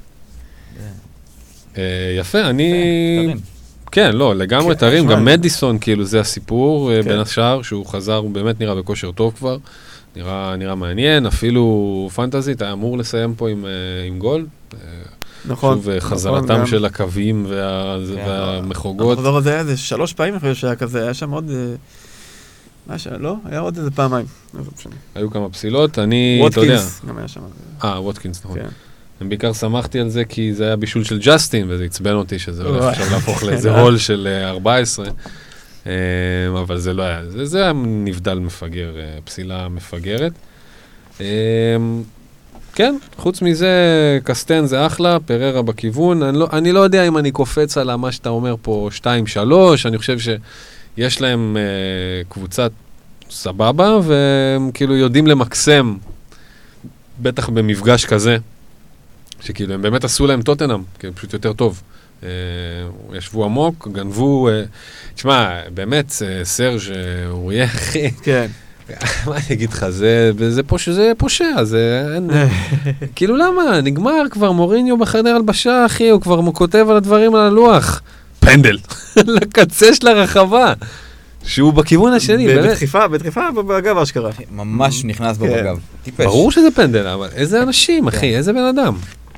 יפה, אני... כן, לא, לגמרי תרים, גם מדיסון, כאילו, זה הסיפור בין השאר, שהוא חזר, הוא באמת נראה בכושר טוב כבר, נראה מעניין, אפילו פנטזית, היה אמור לסיים פה עם גול. נכון. שוב, חזרתם של הקווים והמחוגות. המחזור הזה היה איזה 3 פעמים, אני חושב שהיה כזה, היה שם עוד... לא? היה עוד איזה פעמיים. היו כמה פסילות, אני, אתה יודע... ווטקינס גם היה שם. ווטקינס, נכון. אני בעיקר שמחתי על זה, כי זה היה בישול של ג'סטין, וזה עצבן אותי שזה הולך עכשיו להפוך לאיזה הול של 14, אבל זה לא היה, זה היה נבדל מפגר, פסילה מפגרת. כן, חוץ מזה, קסטן זה אחלה, פררה בכיוון, אני לא יודע אם אני קופץ על מה שאתה אומר פה 2-3, אני חושב שיש להם קבוצת סבבה, והם כאילו יודעים למקסם, בטח במפגש כזה, שכאילו הם באמת עשו להם טוטנהאם, כאילו פשוט יותר טוב. ישבו עמוק, גנבו, תשמע, באמת, סרג' הוא יהיה הכי... כן. מה אני אגיד לך, זה פושע, זה אין... כאילו למה? נגמר כבר, מוריניו בחדר הלבשה, אחי, הוא כבר כותב על הדברים על הלוח. פנדל, לקצה של הרחבה. שהוא בכיוון השני, באמת. בדחיפה בגב האשכרה. ממש נכנס בו בגב. טיפש. ברור שזה פנדל, אבל איזה אנשים, אחי, איזה בן אדם.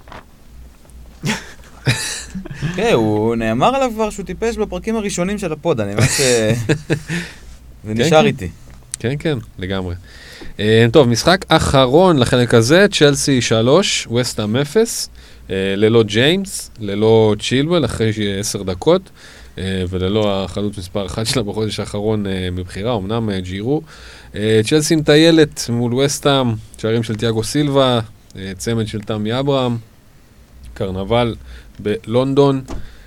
כן, הוא נאמר עליו כבר שהוא טיפש בפרקים הראשונים של הפוד, אני אומר זה נשאר איתי. כן, כן, לגמרי. טוב, משחק אחרון לחלק הזה, צ'לסי 3, וסטהאם 0, ללא ג'יימס, ללא צ'ילואל, אחרי 10 דקות, וללא החלוץ מספר 1 שלה בחודש האחרון מבחירה, אמנם ג'ירו. צ'לסי מטיילת מול וסטהאם, שערים של תיאגו סילבה, צמד של תמי אברהם, קרנבל בלונדון.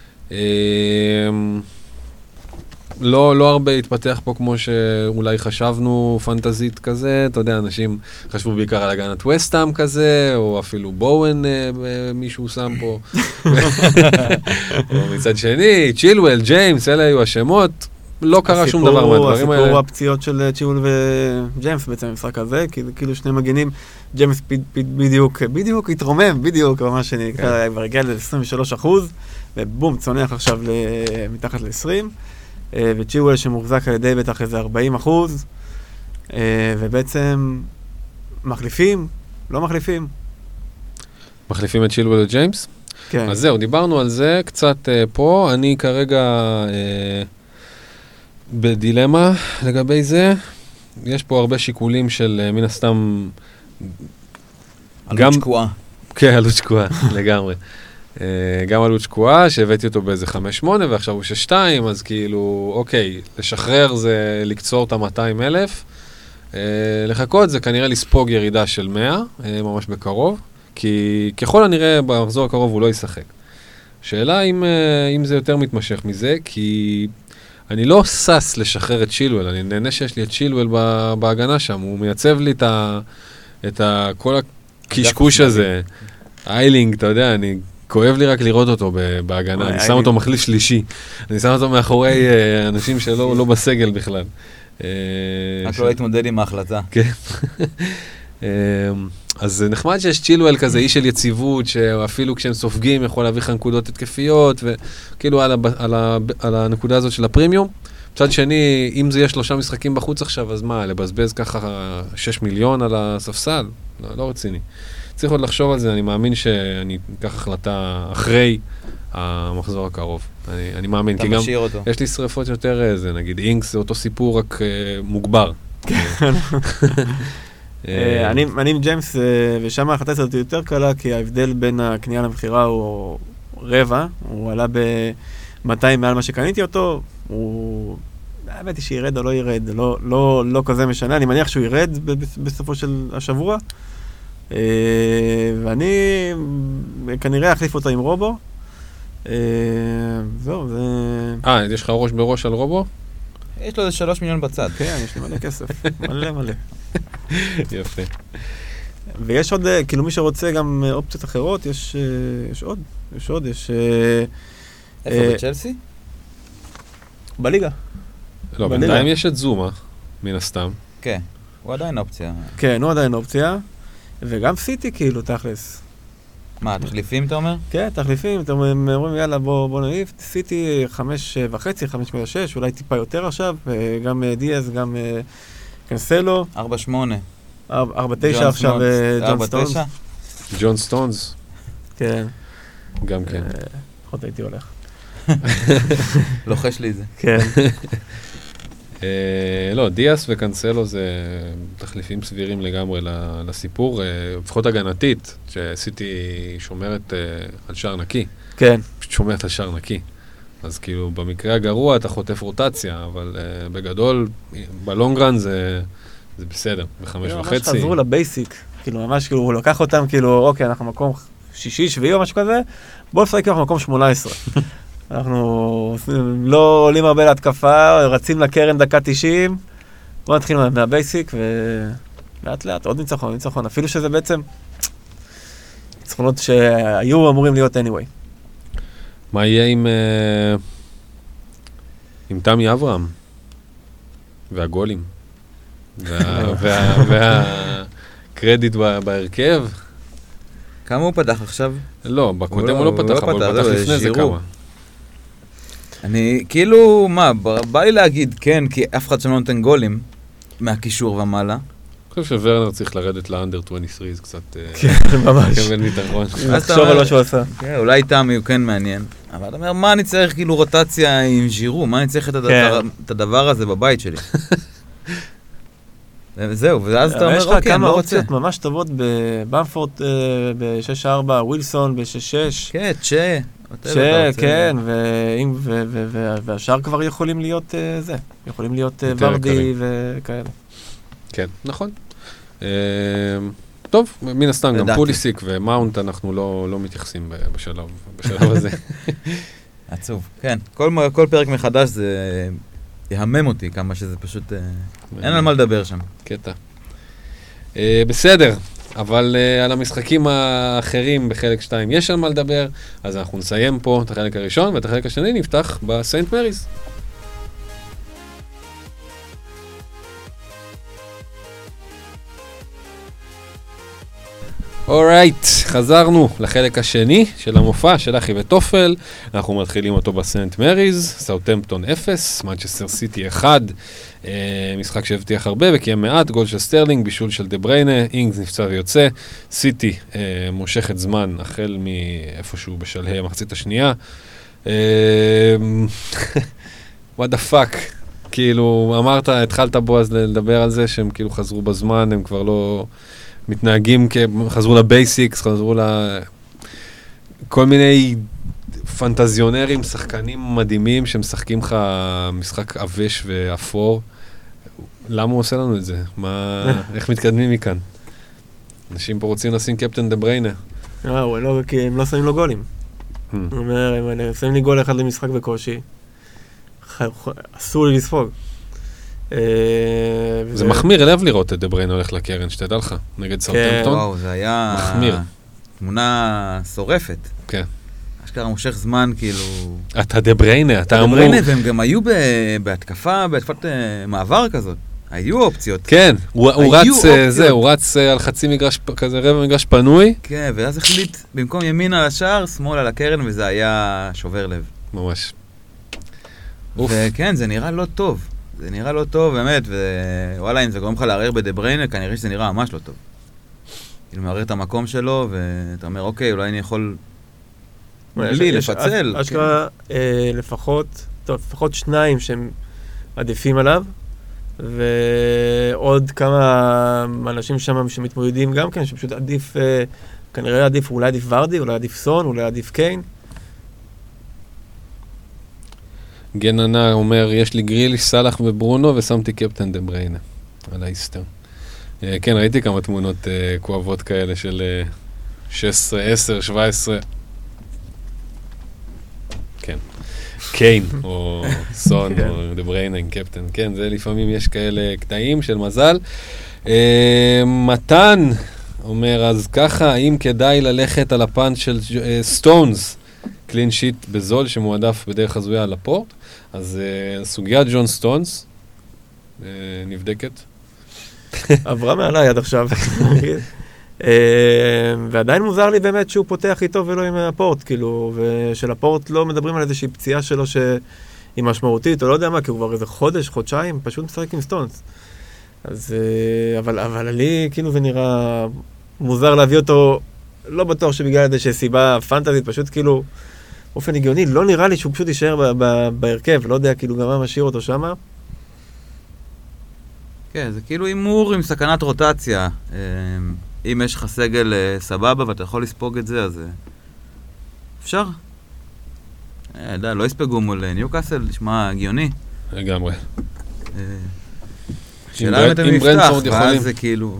לא הרבה התפתח פה כמו שאולי חשבנו, פנטזית כזה, אתה יודע, אנשים חשבו בעיקר על הגנת וסטהאם כזה, או אפילו בואן מישהו שם פה. או מצד שני, צ'ילואל, ג'יימס, אלה היו השמות. לא קרה שום דבר מהדברים האלה. הסיפור הפציעות של צ'יוול וג'יימס בעצם במשחק הזה, כי זה כאילו שני מגנים, ג'יימס בדיוק התרומם, בדיוק, או מה שנקרא, כבר הגיע ל-23%, ובום, צונח עכשיו מתחת ל-20%, וצ'יוול שמוחזק על ידי בטח איזה 40%, ובעצם מחליפים, לא מחליפים. מחליפים את צ'ילואל וג'יימס? כן. אז זהו, דיברנו על זה קצת פה, אני כרגע בדילמה לגבי זה. יש פה הרבה שיקולים של מן הסתם... עלות שקועה. כן, עלות שקועה, לגמרי. גם עלות שקועה, שהבאתי אותו באיזה 5-8, ועכשיו הוא 6-2, אז כאילו, אוקיי, לשחרר זה לקצור את ה-200,000, לחכות זה כנראה לספוג ירידה של 100, ממש בקרוב, כי ככל הנראה במחזור הקרוב הוא לא ישחק. שאלה אם זה יותר מתמשך מזה, כי אני לא סס לשחרר את צ'ילואל, אני נהנה שיש לי את צ'ילואל בהגנה שם, הוא מייצב לי את כל הקשקוש הזה, איילינג, אתה יודע, כואב לי רק לראות אותו בהגנה, אני שם אותו מחליף שלישי, אני שם אותו מאחורי אנשים שלא בסגל בכלל. רק לא להתמודד עם ההחלטה. כן. אז זה נחמד שיש צ'ילואל כזה, איש של יציבות, שאפילו כשהם סופגים יכול להביא לך נקודות התקפיות, וכאילו על הנקודה הזאת של הפרימיום. מצד שני, אם זה יהיה 3 משחקים בחוץ עכשיו, אז מה, לבזבז ככה 6 מיליון על הספסל? לא רציני. צריך עוד לחשוב על זה, אני מאמין שאני אקח החלטה אחרי המחזור הקרוב. אני מאמין, כי גם יש לי שריפות יותר, נגיד אינקס, זה אותו סיפור, רק מוגבר. אני עם ג'יימס, ושם ההחלטה הזאת יותר קלה, כי ההבדל בין הקנייה למחירה הוא רבע, הוא עלה ב-200 מעל מה שקניתי אותו, הוא... האמת היא שירד או לא ירד, לא כזה משנה, אני מניח שהוא ירד בסופו של השבוע, ואני כנראה אחליף אותו עם רובו. זהו, זה... יש לך ראש בראש על רובו? יש לו איזה 3 מיליון בצד. כן, יש לי מלא כסף, מלא. יפה. ויש עוד, כאילו מי שרוצה גם אופציות אחרות, יש עוד. איפה בצ'לסי? בליגה. לא, בינתיים יש את זומה, מן הסתם. כן, הוא עדיין אופציה. כן, הוא עדיין אופציה. וגם סיטי כאילו, תכלס. מה, תחליפים אתה אומר? כן, תחליפים, אתם אומרים יאללה בוא נעיף, סיטי 5.5, 5.6, אולי טיפה יותר עכשיו, גם דיאז, גם קנסלו. 4.8. 4.9 עכשיו ג'ון סטונס. ג'ון סטונס. כן. גם כן. פחות הייתי הולך. לוחש לי את זה. כן. לא, דיאס וקנסלו זה תחליפים סבירים לגמרי לסיפור, לפחות הגנתית, שסיטי שומרת על שער נקי. כן. פשוט שומרת על שער נקי. אז כאילו, במקרה הגרוע אתה חוטף רוטציה, אבל בגדול, בלונגרן זה בסדר, ב5.5. ממש חזרו לבייסיק, כאילו ממש, כאילו, הוא לקח אותם, כאילו, אוקיי, אנחנו מקום 6, 7 או משהו כזה, בוא נפרק אנחנו מקום 18. אנחנו לא עולים הרבה להתקפה, רצים לקרן דקה 90, בואו נתחיל מהבייסיק, ולאט לאט, עוד ניצחון, אפילו שזה בעצם ניצחונות שהיו אמורים להיות anyway. מה יהיה עם תמי אברהם? והגולים? והקרדיט בהרכב? כמה הוא פתח עכשיו? לא, בקודם הוא לא פתח, אבל הוא פתח לפני זה כמה. אני, כאילו, מה, בא לי להגיד כן, כי אף אחד שם לא נותן גולים מהקישור ומעלה. אני חושב שוורנר צריך לרדת לאנדר 23, זה קצת... כן, ממש. קבל מתחרון. לחשוב על מה שהוא עשה. כן, אולי תמי הוא כן מעניין. אבל אתה אומר, מה אני צריך כאילו רוטציה עם ז'ירו? מה אני צריך את הדבר הזה בבית שלי? וזהו, ואז אתה אומר, אוקיי, אני לא רוצה. יש לך כמה אופציות ממש טובות בבמפורט ב-6-4, ווילסון ב-6-6. כן, צ'ה. כן, והשאר כבר יכולים להיות זה. יכולים להיות ורדי וכאלה. כן, נכון. טוב, מן הסתם, גם פוליסיק ומאונט אנחנו לא מתייחסים בשלב הזה. עצוב, כן. כל פרק מחדש זה יהמם אותי כמה שזה פשוט... אין על מה לדבר שם. קטע. בסדר, אבל על המשחקים האחרים בחלק 2 יש על מה לדבר, אז אנחנו נסיים פה את החלק הראשון, ואת החלק השני נפתח בסיינט מריז. אורייט, חזרנו לחלק השני של המופע של אחי וטופל. אנחנו מתחילים אותו בסנט מריז, סאות'המפטון 0, מנצ'סטר סיטי 1. משחק שהבטיח הרבה וקיים מעט, גול של סטרלינג, בישול של דה בריינה, אינגס נפצע ויוצא. סיטי מושכת זמן החל מאיפשהו בשלהי המחצית השנייה. what the fuck, כאילו אמרת, התחלת בו אז לדבר על זה שהם כאילו חזרו בזמן, הם כבר לא מתנהגים, חזרו לבייסיקס, חזרו כל מיני פנטזיונרים, שחקנים מדהימים שמשחקים לך משחק אבש ואפור. למה הוא עושה לנו את זה? איך מתקדמים מכאן? אנשים פה רוצים לשים קפטן דה בריינה. כי הם לא שמים לו גולים. הוא אומר, הם שמים לי גול אחד למשחק בקושי. אסור לי לספוג. זה מחמיר לב לראות את דה בריינה הולך לקרן, שתדע לך, נגד סאות'המפטון. וואו, זה היה מחמיר. תמונה שורפת. כן. אשכרה מושך זמן, כאילו... אתה דה בריינה, אתה אמור... דה בריינה, והם גם היו בהתקפת מעבר כזאת. היו אופציות. כן, הוא רץ על חצי מגרש, כזה רבע מגרש פנוי. כן, ואז החליט, במקום ימין על השער, שמאל על הקרן, וזה היה שובר לב. ממש. וכן, זה נראה לא טוב. זה נראה לא טוב, באמת, ווואלה, אם זה גורם לך לערער בדה בריינה, כנראה שזה נראה ממש לא טוב. כאילו, מערער את המקום שלו, ואתה אומר, אוקיי, אולי אני יכול... לפצל. אשכרה, לפחות שניים שהם עדיפים עליו, ועוד כמה אנשים שם שמתמודדים גם כן, שפשוט עדיף, כנראה עדיף, אולי עדיף ורדי, אולי עדיף סון, אולי עדיף קיין. גננה אומר, יש לי גריליש, סלאח וברונו, ושמתי קפטן דה בריינה על האיסטר. כן, ראיתי כמה תמונות כואבות כאלה של 16, 10, 17. כן. קיין, או סון, או דה בריינה עם קפטן. כן, זה לפעמים יש כאלה קטעים של מזל. מתן אומר, אז ככה, האם כדאי ללכת על הפן של סטונס, קלין שיט בזול שמועדף בדרך הזויה על הפורט? אז סוגיית ג'ון סטונס נבדקת. עברה מעליי עד עכשיו. ועדיין מוזר לי באמת שהוא פותח איתו ולא עם הפורט, כאילו, ושל הפורט לא מדברים על איזושהי פציעה שלו שהיא משמעותית, או לא יודע מה, כי הוא כבר איזה חודש, חודשיים, פשוט משחק עם סטונס. אז, אבל לי, כאילו, זה נראה מוזר להביא אותו, לא בטוח שבגלל איזושהי סיבה פנטזית, פשוט כאילו, באופן הגיוני, לא נראה לי שהוא פשוט יישאר בהרכב, לא יודע, כאילו, גם מה משאיר אותו שמה. כן, זה כאילו אימור עם סכנת רוטציה. אם יש לך סגל סבבה ואתה יכול לספוג את זה, אז אפשר. לא יספגו מול ניוקאסל, נשמע הגיוני. לגמרי. שאלה אם אתם נפתח, ואז זה כאילו...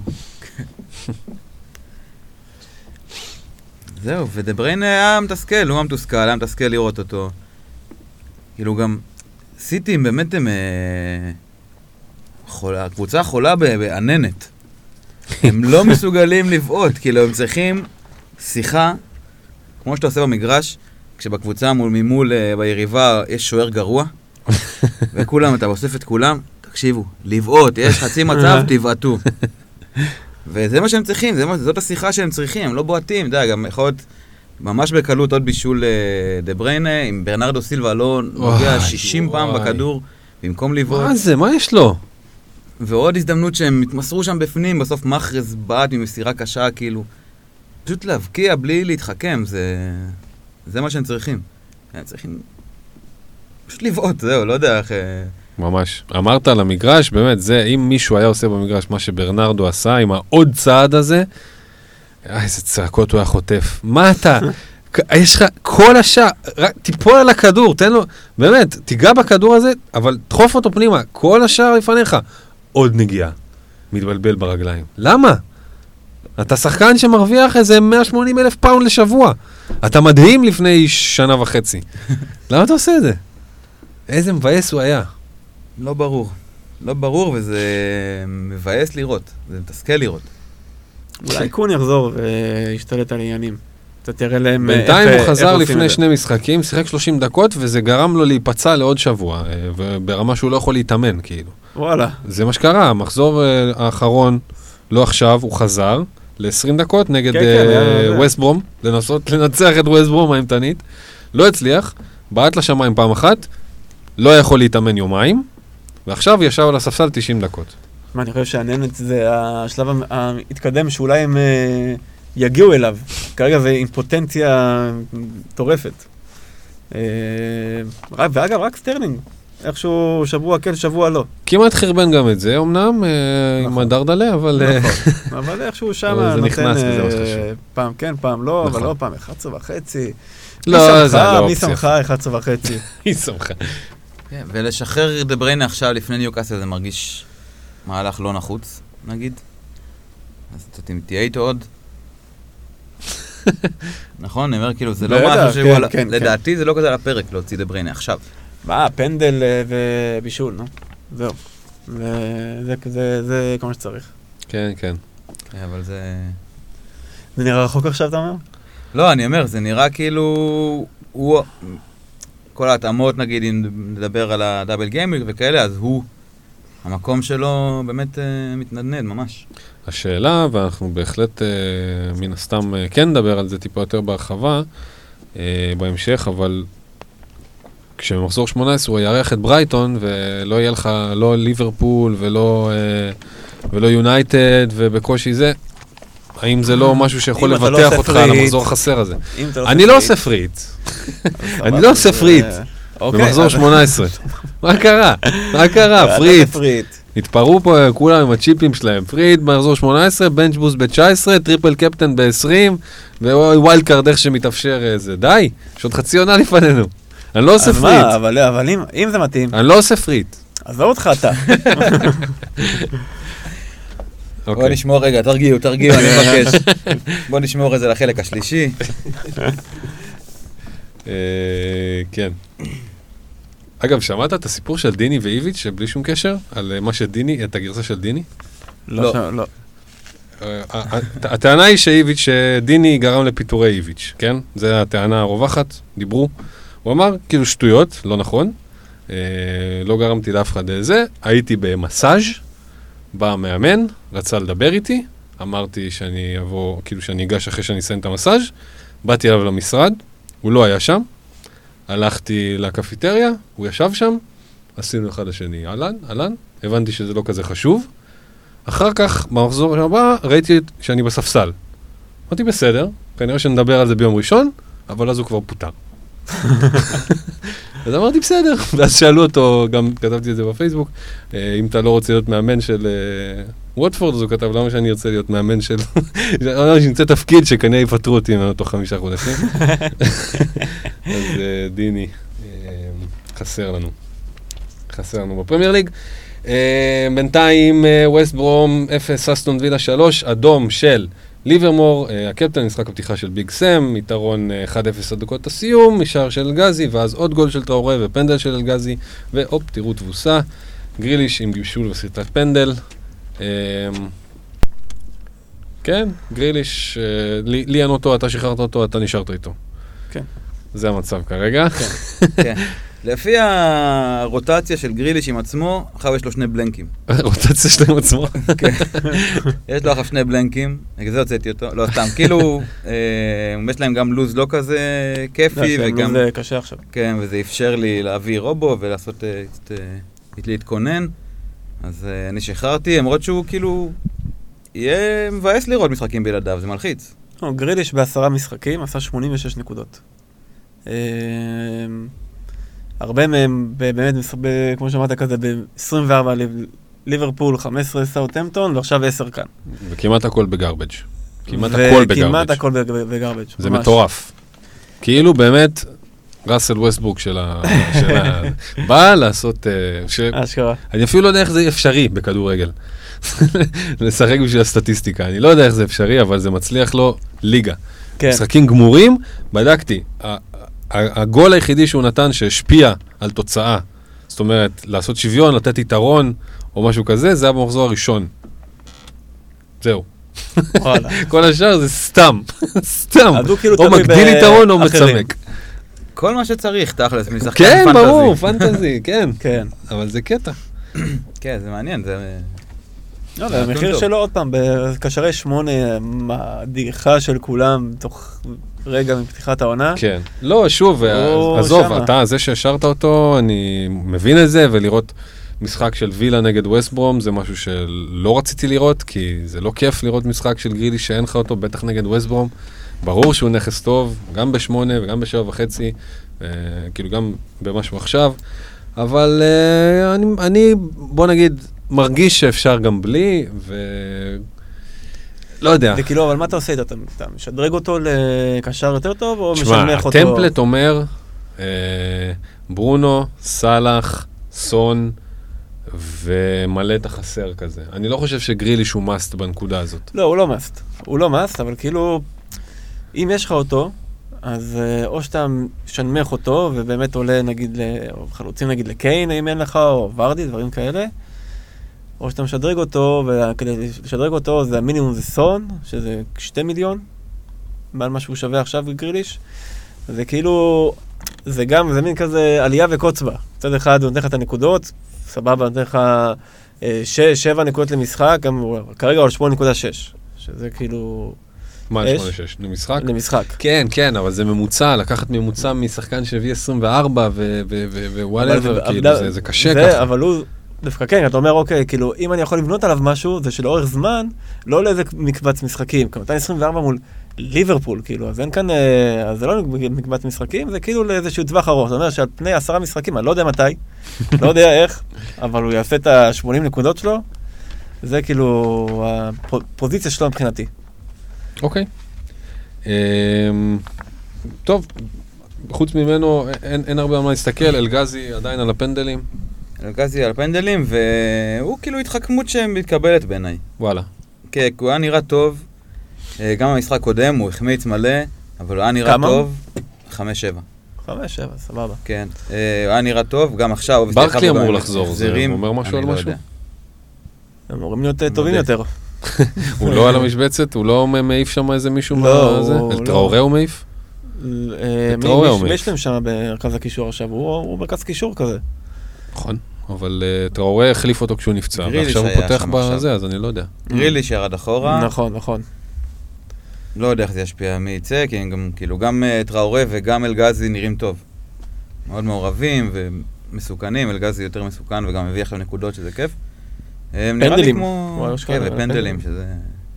זהו, ודה בריינה היה מתסכל, הוא מתוסכל, היה מתסכל לראות אותו. כאילו גם סיטים באמת הם... הקבוצה חולה בעננת. הם לא מסוגלים לבעוט, כאילו הם צריכים שיחה, כמו שאתה עושה במגרש, כשבקבוצה ממול ביריבה יש שוער גרוע, וכולם, אתה אוסף את כולם, תקשיבו, לבעוט, יש חצי מצב, תבעטו. וזה מה שהם צריכים, זאת השיחה שהם צריכים, הם לא בועטים, אתה יודע, גם יכול להיות ממש בקלות עוד בישול דה בריינה, עם ברנרדו סילבה לא נוגע 60 פעם בכדור, במקום לבעוט. מה זה? מה יש לו? ועוד הזדמנות שהם התמסרו שם בפנים, בסוף מחרז בעט ממסירה קשה, כאילו, פשוט להבקיע בלי להתחכם, זה מה שהם צריכים. הם צריכים פשוט לבעוט, זהו, לא יודע איך... ממש. אמרת על המגרש, באמת, זה, אם מישהו היה עושה במגרש מה שברנרדו עשה, עם העוד צעד הזה, איזה צעקות הוא היה חוטף. מה אתה? יש לך כל השעה, תיפול על הכדור, תן לו, באמת, תיגע בכדור הזה, אבל דחוף אותו פנימה, כל השעה לפניך. עוד נגיעה, מתבלבל ברגליים. למה? אתה שחקן שמרוויח איזה 180,000 פאונד לשבוע. אתה מדהים לפני שנה וחצי. למה אתה עושה את זה? איזה מבאס הוא היה. לא ברור. לא ברור, וזה מבאס לראות. זה מתסכל לראות. אולי קון יחזור וישתלט על עניינים. אתה תראה להם... בינתיים הוא חזר לפני 2 משחקים, שיחק 30 דקות, וזה גרם לו להיפצע לעוד שבוע, ברמה שהוא לא יכול להתאמן, כאילו. וואלה. זה מה שקרה, המחזור האחרון, לא עכשיו, הוא חזר, ל-20 דקות נגד כן, ווסט ברום, לנסות לנצח את ווסט ברום האימתנית, לא הצליח, בעט לשמיים פעם אחת, לא יכול להתאמן יומיים, ועכשיו ישב על הספסל 90 דקות. מה, אני חושב שהננת זה השלב המתקדם שאולי הם יגיעו אליו. כרגע זה אימפוטנציה טורפת. ואגב, רק סטרלינג. איכשהו שבוע כן, שבוע לא. כמעט חרבן גם את זה, אמנם, עם הדרדלה, אבל... נכון, אבל איכשהו שם נותן פעם כן, פעם לא, אבל לא פעם 11.5. לא, זה לא מי שמחה 11.5. מי שמחה. ולשחרר דה בריינה עכשיו לפני ניוקאסל זה מרגיש מהלך לא נחוץ, נגיד. אז אתה תהיה איתו עוד. נכון, אני אומר, כאילו, זה לא משהו שהוא... לדעתי זה לא כזה על הפרק להוציא דה בריינה עכשיו. מה, פנדל ובישול, נו? זהו. זה כמו שצריך. כן, כן. אבל זה... זה נראה רחוק עכשיו, אתה אומר? לא, אני אומר, זה נראה כאילו... כל ההתאמות, נגיד, אם נדבר על הדאבל גיימינג וכאלה, אז הוא, המקום שלו באמת מתנדנד, ממש. השאלה, ואנחנו בהחלט מן הסתם כן נדבר על זה טיפה יותר בהרחבה בהמשך, אבל כשמחזור 18 הוא יארח את ברייטון, ולא יהיה לך לא ליברפול ולא יונייטד, ובקושי זה, האם זה לא משהו שיכול לבטח אותך על המחזור החסר הזה? אני לא עושה פריט. אני לא עושה פריט. במחזור 18. מה קרה? מה קרה? פריט. התפרו פה כולם עם הצ'יפים שלהם. פריט במחזור 18, בנץ' בוסט ב-19, טריפל קפטן ב-20, ווילד קארד איך שמתאפשר איזה. די, יש עוד חצי עונה לפנינו. אני לא עושה פריט. אז מה, אבל אם זה מתאים. אני לא עושה פריט. אז לא אותך אתה. בוא נשמור רגע, תרגיעו, אני מבקש. בוא נשמור את זה לחלק השלישי. כן. אגב, שמעת את הסיפור של דיני ואיביץ' שבלי שום קשר? על מה שדיני, את הגרסה של דיני? לא. הטענה היא שדיני גרם לפיטורי איביץ', כן? זו הטענה הרווחת, דיברו. הוא אמר, כאילו שטויות, לא נכון. לא גרמתי לאף אחד לזה. הייתי במסאז' בא המאמן, רצה לדבר איתי, אמרתי שאני אבוא, כאילו שאני אגש אחרי שאני אסיים את המסאז', באתי אליו למשרד, הוא לא היה שם, הלכתי לקפיטריה, הוא ישב שם, עשינו אחד לשני, אהלן, הבנתי שזה לא כזה חשוב, אחר כך, במחזור הבא, ראיתי שאני בספסל. אמרתי בסדר, כנראה שנדבר על זה ביום ראשון, אבל אז הוא כבר פוטר. אז אמרתי בסדר, ואז שאלו אותו, גם כתבתי את זה בפייסבוק, אם אתה לא רוצה להיות מאמן של ווטפורד, אז הוא כתב, למה שאני ארצה להיות מאמן של... למה שאני ארצה תפקיד שכנראה יפטרו אותי ממנו תוך 5 חודשים. אז דיני, חסר לנו בפרמייר ליג. בינתיים, ווסט ברום 0, אסטון וילה 3, אדום של ליברמור, הקפטן, משחק הפתיחה של ביג סם, יתרון 1-0 עד דקות הסיום, משער של אלגזי, ואז עוד גול של טראורה ופנדל של אלגזי, ואופ, תראו תבוסה, גריליש עם בישול וסריטת פנדל. כן, גריליש, לי אין אותו, אתה שחררת אותו, אתה נשארת איתו. כן. זה המצב כרגע. כן. לפי הרוטציה של גריליש עם עצמו, עכשיו יש לו 2 בלנקים. רוטציה שלו עם עצמו? כן. יש לו עכשיו 2 בלנקים, בגלל זה הוצאתי אותו, לא סתם, כאילו, יש להם גם לוז לא כזה כיפי, וגם... לוז קשה עכשיו. כן, וזה אפשר לי להביא רובו ולעשות, להתכונן, אז אני שחררתי, למרות שהוא כאילו, יהיה מבאס לראות משחקים בלעדיו, זה מלחיץ. גריליש ב10 משחקים עשה 86 נקודות. הרבה מהם באמת, כמו שאמרת כזה, ב-24 ליברפול, 15 סאות'המפטון, ועכשיו 10 כאן. וכמעט הכל בגרבג'. כמעט הכל בגרבג'. זה מטורף. כאילו באמת, ראסל ווסטברוק של בא לעשות... אשכרה. אני אפילו לא יודע איך זה אפשרי בכדורגל. לשחק בשביל הסטטיסטיקה. אני לא יודע איך זה אפשרי, אבל זה מצליח לו ליגה. משחקים גמורים, בדקתי. הגול היחידי שהוא נתן שהשפיע על תוצאה, זאת אומרת, לעשות שוויון, לתת יתרון או משהו כזה, זה היה במחזור הראשון. זהו. כל השאר זה סתם. סתם. או מגדיל יתרון או מצמק. כל מה שצריך, תכלס, משחקן פנטזי. כן, ברור, פנטזי, כן. כן. אבל זה קטע. כן, זה מעניין, זה... לא, המחיר שלו עוד פעם, בקשרי 8, הדעיכה של כולם תוך רגע מפתיחת העונה. כן. לא, שוב, עזוב, אתה, זה שהשארת אותו, אני מבין את זה, ולראות משחק של וילה נגד ווסט ברום, זה משהו שלא רציתי לראות, כי זה לא כיף לראות משחק של גרילי שאין לך אותו, בטח נגד ווסט ברום. ברור שהוא נכס טוב, גם ב8 וגם ב7.5, כאילו גם במשהו עכשיו, אבל אני, בוא נגיד, מרגיש שאפשר גם בלי, לא יודע. וכאילו, אבל מה אתה עושה איתו? אתה משדרג אותו לקשר יותר טוב, או משנמך אותו? תשמע, הטמפלט אומר, ברונו, סלאח, סון, ומלא את החסר כזה. אני לא חושב שגריליש הוא מאסט בנקודה הזאת. לא, הוא לא מאסט. הוא לא מאסט, אבל כאילו, אם יש לך אותו, אז או שאתה משנמך אותו, ובאמת עולה נגיד, או חלוצים נגיד לקיין, אם אין לך, או ורדי, דברים כאלה, או שאתה משדרג אותו, וכדי לשדרג אותו, זה המינימום זה סון, שזה 2 מיליון, מעל מה שהוא שווה עכשיו בגריליש. זה כאילו, זה גם, זה מין כזה עלייה וקוצבה. צד אחד הוא נותן לך את הנקודות, סבבה, נותן לך 7 נקודות למשחק, גם כרגע הוא על 8.6, שזה כאילו... מה על 8.6? למשחק? למשחק. כן, כן, אבל זה ממוצע, לקחת ממוצע משחקן שהביא 24 ווואלבר, כאילו, זה קשה ככה. אבל הוא... דווקא כן, אתה אומר, אוקיי, כאילו, אם אני יכול לבנות עליו משהו, זה שלאורך זמן, לא לאיזה מקבץ משחקים. כמו 224 מול ליברפול, כאילו, אז אין כאן, אז זה לא מקבץ משחקים, זה כאילו לאיזשהו טווח ארוך. זאת אומרת שעל פני 10 משחקים, אני לא יודע מתי, לא יודע איך, אבל הוא יעשה את ה-80 נקודות שלו, זה כאילו הפוזיציה שלו מבחינתי. אוקיי. טוב, חוץ ממנו, אין הרבה מה להסתכל, אלגזי עדיין על הפנדלים. אלגזי על הפנדלים, והוא כאילו התחכמות שמתקבלת בעיניי. וואלה. כן, הוא היה נראה טוב, גם במשחק קודם, הוא החמיץ מלא, אבל הוא היה נראה טוב. 5-7. 5-7, סבבה. כן, הוא היה נראה טוב, גם עכשיו. ברקלי אמור לחזור, זה אומר משהו על משהו? הם אמורים להיות טובים יותר. הוא לא על המשבצת? הוא לא מעיף שם איזה מישהו מהזה? אל טראורה הוא מעיף? מי יש להם שם במרכז הקישור עכשיו? הוא מרכז קישור כזה. נכון, אבל טראורה החליף אותו כשהוא נפצע, ועכשיו הוא פותח בזה, אז אני לא יודע. גריליש ירד אחורה. נכון, נכון. לא יודע איך זה ישפיע מי יצא, כי גם טראורה וגם אלגזי נראים טוב. מאוד מעורבים ומסוכנים, אלגזי יותר מסוכן וגם מביא עכשיו נקודות שזה כיף. פנדלים. כן, ופנדלים שזה...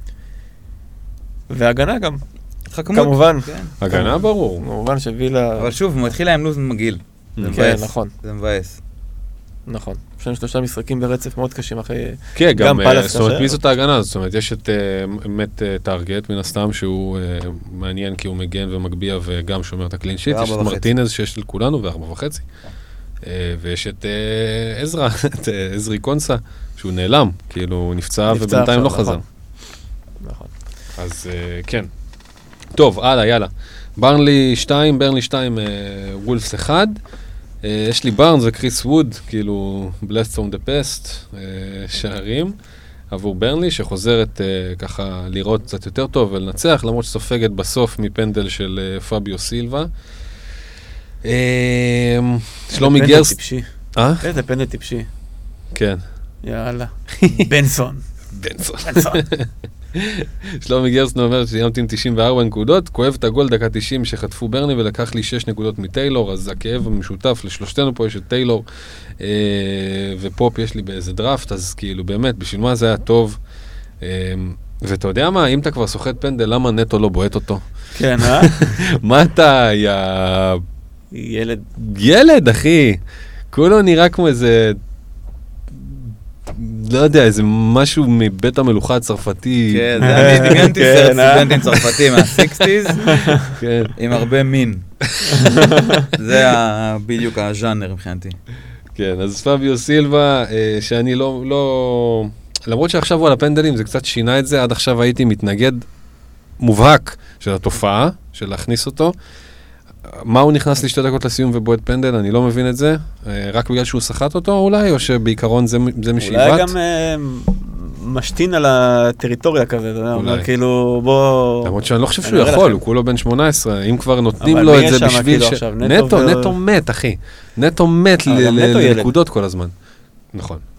והגנה גם. התחכמות. כמובן. הגנה ברור. כמובן שווילה... אבל שוב, הוא התחיל להם לוז מגעיל. כן, נכון. זה מבאס. נכון. יש לנו 3 משחקים ברצף מאוד קשים אחרי... כן, גם פלס. זאת אומרת, מי זאת ההגנה? זאת אומרת, יש את מת טארגט מן הסתם, שהוא מעניין כי הוא מגן ומגביע וגם שומר את הקלין שיט. יש את מרטינז שיש לכולנו ו4.5. ויש את עזרא, את עזרי קונסה, שהוא נעלם, כאילו הוא נפצע ובינתיים לא חזר. נכון. אז כן. טוב, הלאה, יאללה. ברנלי 2, וולפס 1. יש לי בארנס וקריס ווד, כאילו, blessed from the past, שערים, עבור ברנלי, שחוזרת ככה לראות קצת יותר טוב ולנצח, למרות שסופגת בסוף מפנדל של פאביו סילבה. שלומי גרסט... טיפשי. איזה פנדל טיפשי. כן. יאללה. בנסון. שלומי גרסטן אומר שסיימתי עם 94 נקודות, כואב את הגול דקה 90 שחטפו ברני ולקח לי 6 נקודות מטיילור, אז הכאב המשותף לשלושתנו פה יש את טיילור ופופ יש לי באיזה דראפט, אז כאילו באמת בשביל מה זה היה טוב. ואתה יודע מה, אם אתה כבר סוחט פנדל, למה נטו לא בועט אותו? כן, מה אתה, ילד אחי, כולו נראה כמו איזה לא יודע, איזה משהו מבית המלוכה הצרפתי. כן, אני דמיינתי סרט סטודנטים צרפתי מה-60s, עם הרבה מין. זה בדיוק הז'אנר מבחינתי. כן, אז פאביו סילבה, שאני לא... למרות שעכשיו הוא על הפנדלים, זה קצת שינה את זה, עד עכשיו הייתי מתנגד מובהק של התופעה, של להכניס אותו. מה הוא נכנס לי 2 דקות לסיום ובועט פנדל? אני לא מבין את זה. רק בגלל שהוא שחט אותו אולי, או שבעיקרון זה משאיבת? אולי גם משתין על הטריטוריה כזה, אתה יודע, כאילו בוא... למרות שאני לא חושב שהוא יכול, הוא כולו בן 18, אם כבר נותנים לו את זה בשביל ש... נטו מת, אחי. נטו מת לנקודות כל הזמן. נכון.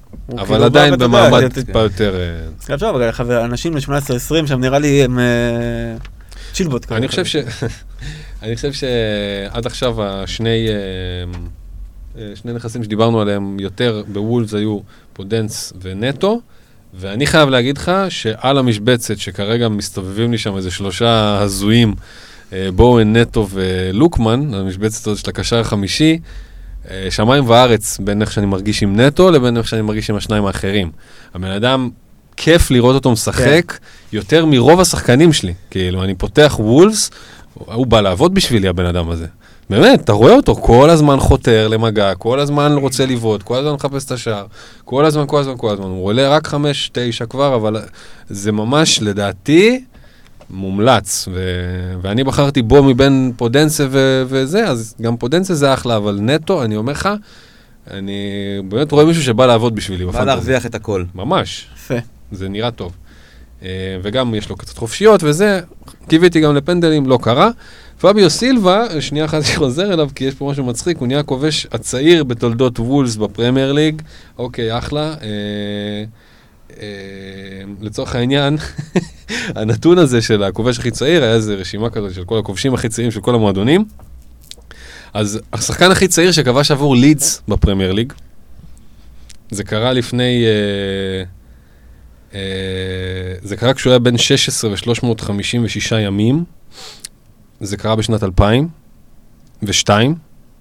אבל עדיין במעמד טיפה יותר... אפשר, אבל אנשים ל-18-20 שם נראה לי הם צ'ילבוט כאלה. אני חושב שעד עכשיו שני נכסים שדיברנו עליהם יותר בוולפס היו פודנס ונטו, ואני חייב להגיד לך שעל המשבצת שכרגע מסתובבים לי שם איזה 3 הזויים, בואוין, נטו ולוקמן, המשבצת הזאת של הקשר החמישי, שמיים וארץ בין איך שאני מרגיש עם נטו לבין איך שאני מרגיש עם השניים האחרים. הבן אדם, כיף לראות אותו משחק יותר מרוב השחקנים שלי. כאילו, אני פותח וולפס, הוא בא לעבוד בשבילי, הבן אדם הזה. באמת, אתה רואה אותו כל הזמן חותר למגע, כל הזמן רוצה לבעוט, כל הזמן מחפש את השער, כל הזמן. הוא עולה רק 5-9 כבר, אבל זה ממש, לדעתי, מומלץ. ואני בחרתי בו מבין פודנסה וזה, אז גם פודנסה זה אחלה, אבל נטו, אני אומר לך, אני באמת רואה מישהו שבא לעבוד בשבילי. בא להרוויח את הכל. ממש. יפה. זה נראה טוב. וגם יש לו קצת חופשיות וזה, קיוויתי גם לפנדלים, לא קרה. פאביו סילבה, שנייה אחת שחוזר אליו, כי יש פה משהו מצחיק, הוא נהיה הכובש הצעיר בתולדות וולס בפרמייר ליג. אוקיי, אחלה. לצורך העניין, הנתון הזה של הכובש הכי צעיר, היה איזו רשימה כזאת של כל הכובשים הכי צעירים של כל המועדונים. אז השחקן הכי צעיר שכבש עבור לידס בפרמייר ליג, זה קרה לפני... זה קרה כשהוא היה בן 16 ו-356 ימים. זה קרה בשנת 2002.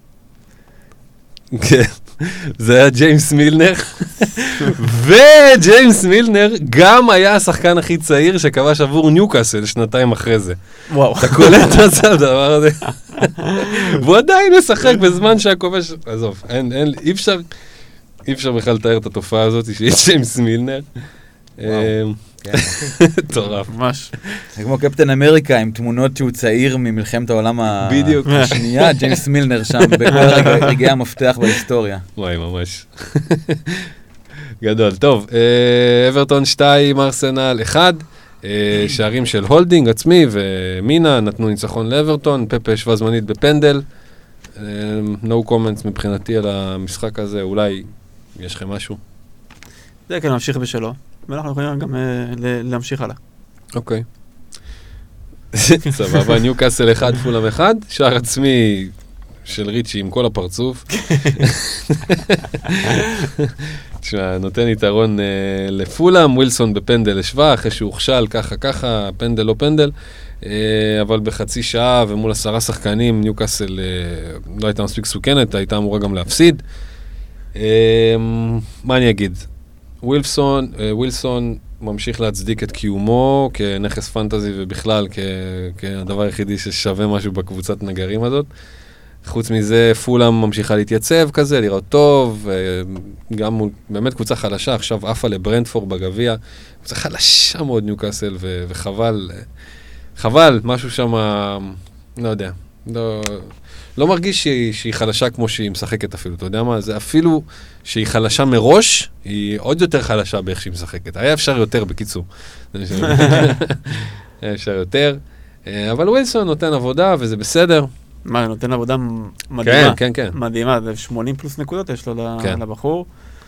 כן. זה היה ג'יימס מילנר. וג'יימס מילנר גם היה השחקן הכי צעיר שכבש עבור ניוקאסל שנתיים אחרי זה. וואו. אתה קולט מצב דבר הזה. והוא עדיין משחק בזמן שהכובש... עזוב, אי אפשר בכלל לתאר את התופעה הזאת שיש ג'יימס מילנר. טורף. ממש. זה כמו קפטן אמריקה עם תמונות שהוא צעיר ממלחמת העולם השנייה, ג'יימס מילנר שם, בכל רגעי המפתח בהיסטוריה. וואי, ממש. גדול. טוב, אברטון 2, ארסנל 1, שערים של הולדינג עצמי ומינה, נתנו ניצחון לאברטון, פפה ישבה זמנית בפנדל. No comments מבחינתי על המשחק הזה, אולי יש לכם משהו? זה כן, נמשיך בשלו. ואנחנו יכולים גם להמשיך הלאה. אוקיי. סבבה, ניוקאסל 1, פולאם 1, שער עצמי של ריצ'י עם כל הפרצוף. תשמע, נותן יתרון לפולאם, ווילסון בפנדל לשווה, אחרי שהוא הוכשל ככה, פנדל לא פנדל, אבל בחצי שעה ומול 10 שחקנים, ניוקאסל לא הייתה מספיק סוכנת, הייתה אמורה גם להפסיד. מה אני אגיד? ווילסון ממשיך להצדיק את קיומו כנכס פנטזי ובכלל כדבר היחידי ששווה משהו בקבוצת נגרים הזאת. חוץ מזה, פולאם ממשיכה להתייצב כזה, לראות טוב, גם באמת קבוצה חלשה, עכשיו עפה לברנדפורד בגביע, קבוצה חלשה מאוד ניוקאסל, וחבל, משהו שם, לא יודע, לא מרגיש שהיא חלשה כמו שהיא משחקת אפילו, אתה יודע מה? זה אפילו שהיא חלשה מראש, היא עוד יותר חלשה באיך שהיא משחקת. היה אפשר יותר בקיצור. היה אפשר יותר. אבל ווילסון נותן עבודה וזה בסדר. מה, נותן עבודה מדהימה. כן, כן. מדהימה, 80 פלוס נקודות יש לו לבחור.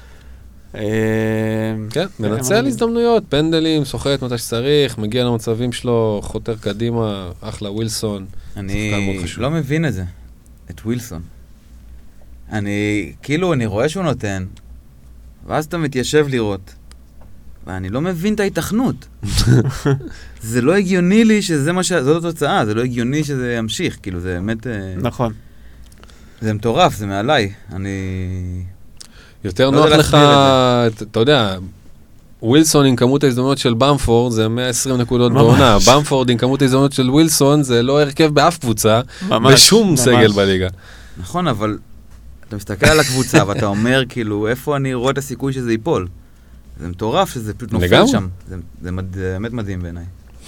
כן, מנצל הזדמנויות, פנדלים, סוחט מתי שצריך, מגיע למצבים שלו, חותר קדימה, אחלה ווילסון. אני לא מבין את זה, את ווילסון. אני רואה שהוא נותן, ואז אתה מתיישב לראות, ואני לא מבין את ההיתכנות. זה לא הגיוני לי זאת התוצאה, זה לא הגיוני שזה ימשיך, כאילו זה באמת... נכון. זה מטורף, זה מעליי, יותר נוח לך, אתה יודע, ווילסון עם כמות ההזדמנות של במפורד זה 120 נקודות בעונה. במפורד עם כמות ההזדמנות של ווילסון זה לא הרכב באף קבוצה, בשום סגל בליגה. נכון, אבל אתה מסתכל על הקבוצה ואתה אומר, כאילו, איפה אני רואה את הסיכוי שזה ייפול? זה מטורף שזה פשוט נופל שם. זה באמת מדהים בעיניי.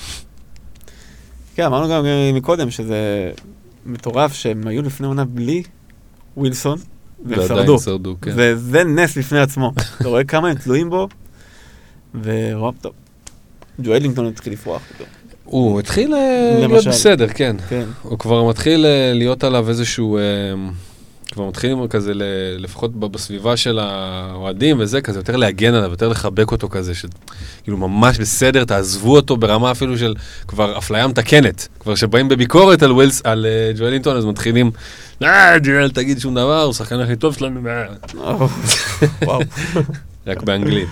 כן, אמרנו גם מקודם שזה מטורף שהם היו לפני עונה בלי ווילסון. והם שרדו, וזה נס בפני עצמו. אתה רואה כמה הם תלויים בו, ורוב טוב. ג'ואלינגטון התחיל לפרוח. הוא התחיל להיות בסדר, כן. הוא כבר מתחיל להיות עליו איזשהו כבר מתחילים כזה, לפחות בסביבה של האוהדים וזה, כזה יותר להגן עליו, יותר לחבק אותו כזה, כאילו ממש בסדר, תעזבו אותו ברמה אפילו של כבר אפליה מתקנת. כבר שבאים בביקורת על ג'ואלינטון, אז מתחילים, ג'ואל, תגיד שום דבר, הוא שחקן הכי טוב שלנו. וואו. רק באנגלית.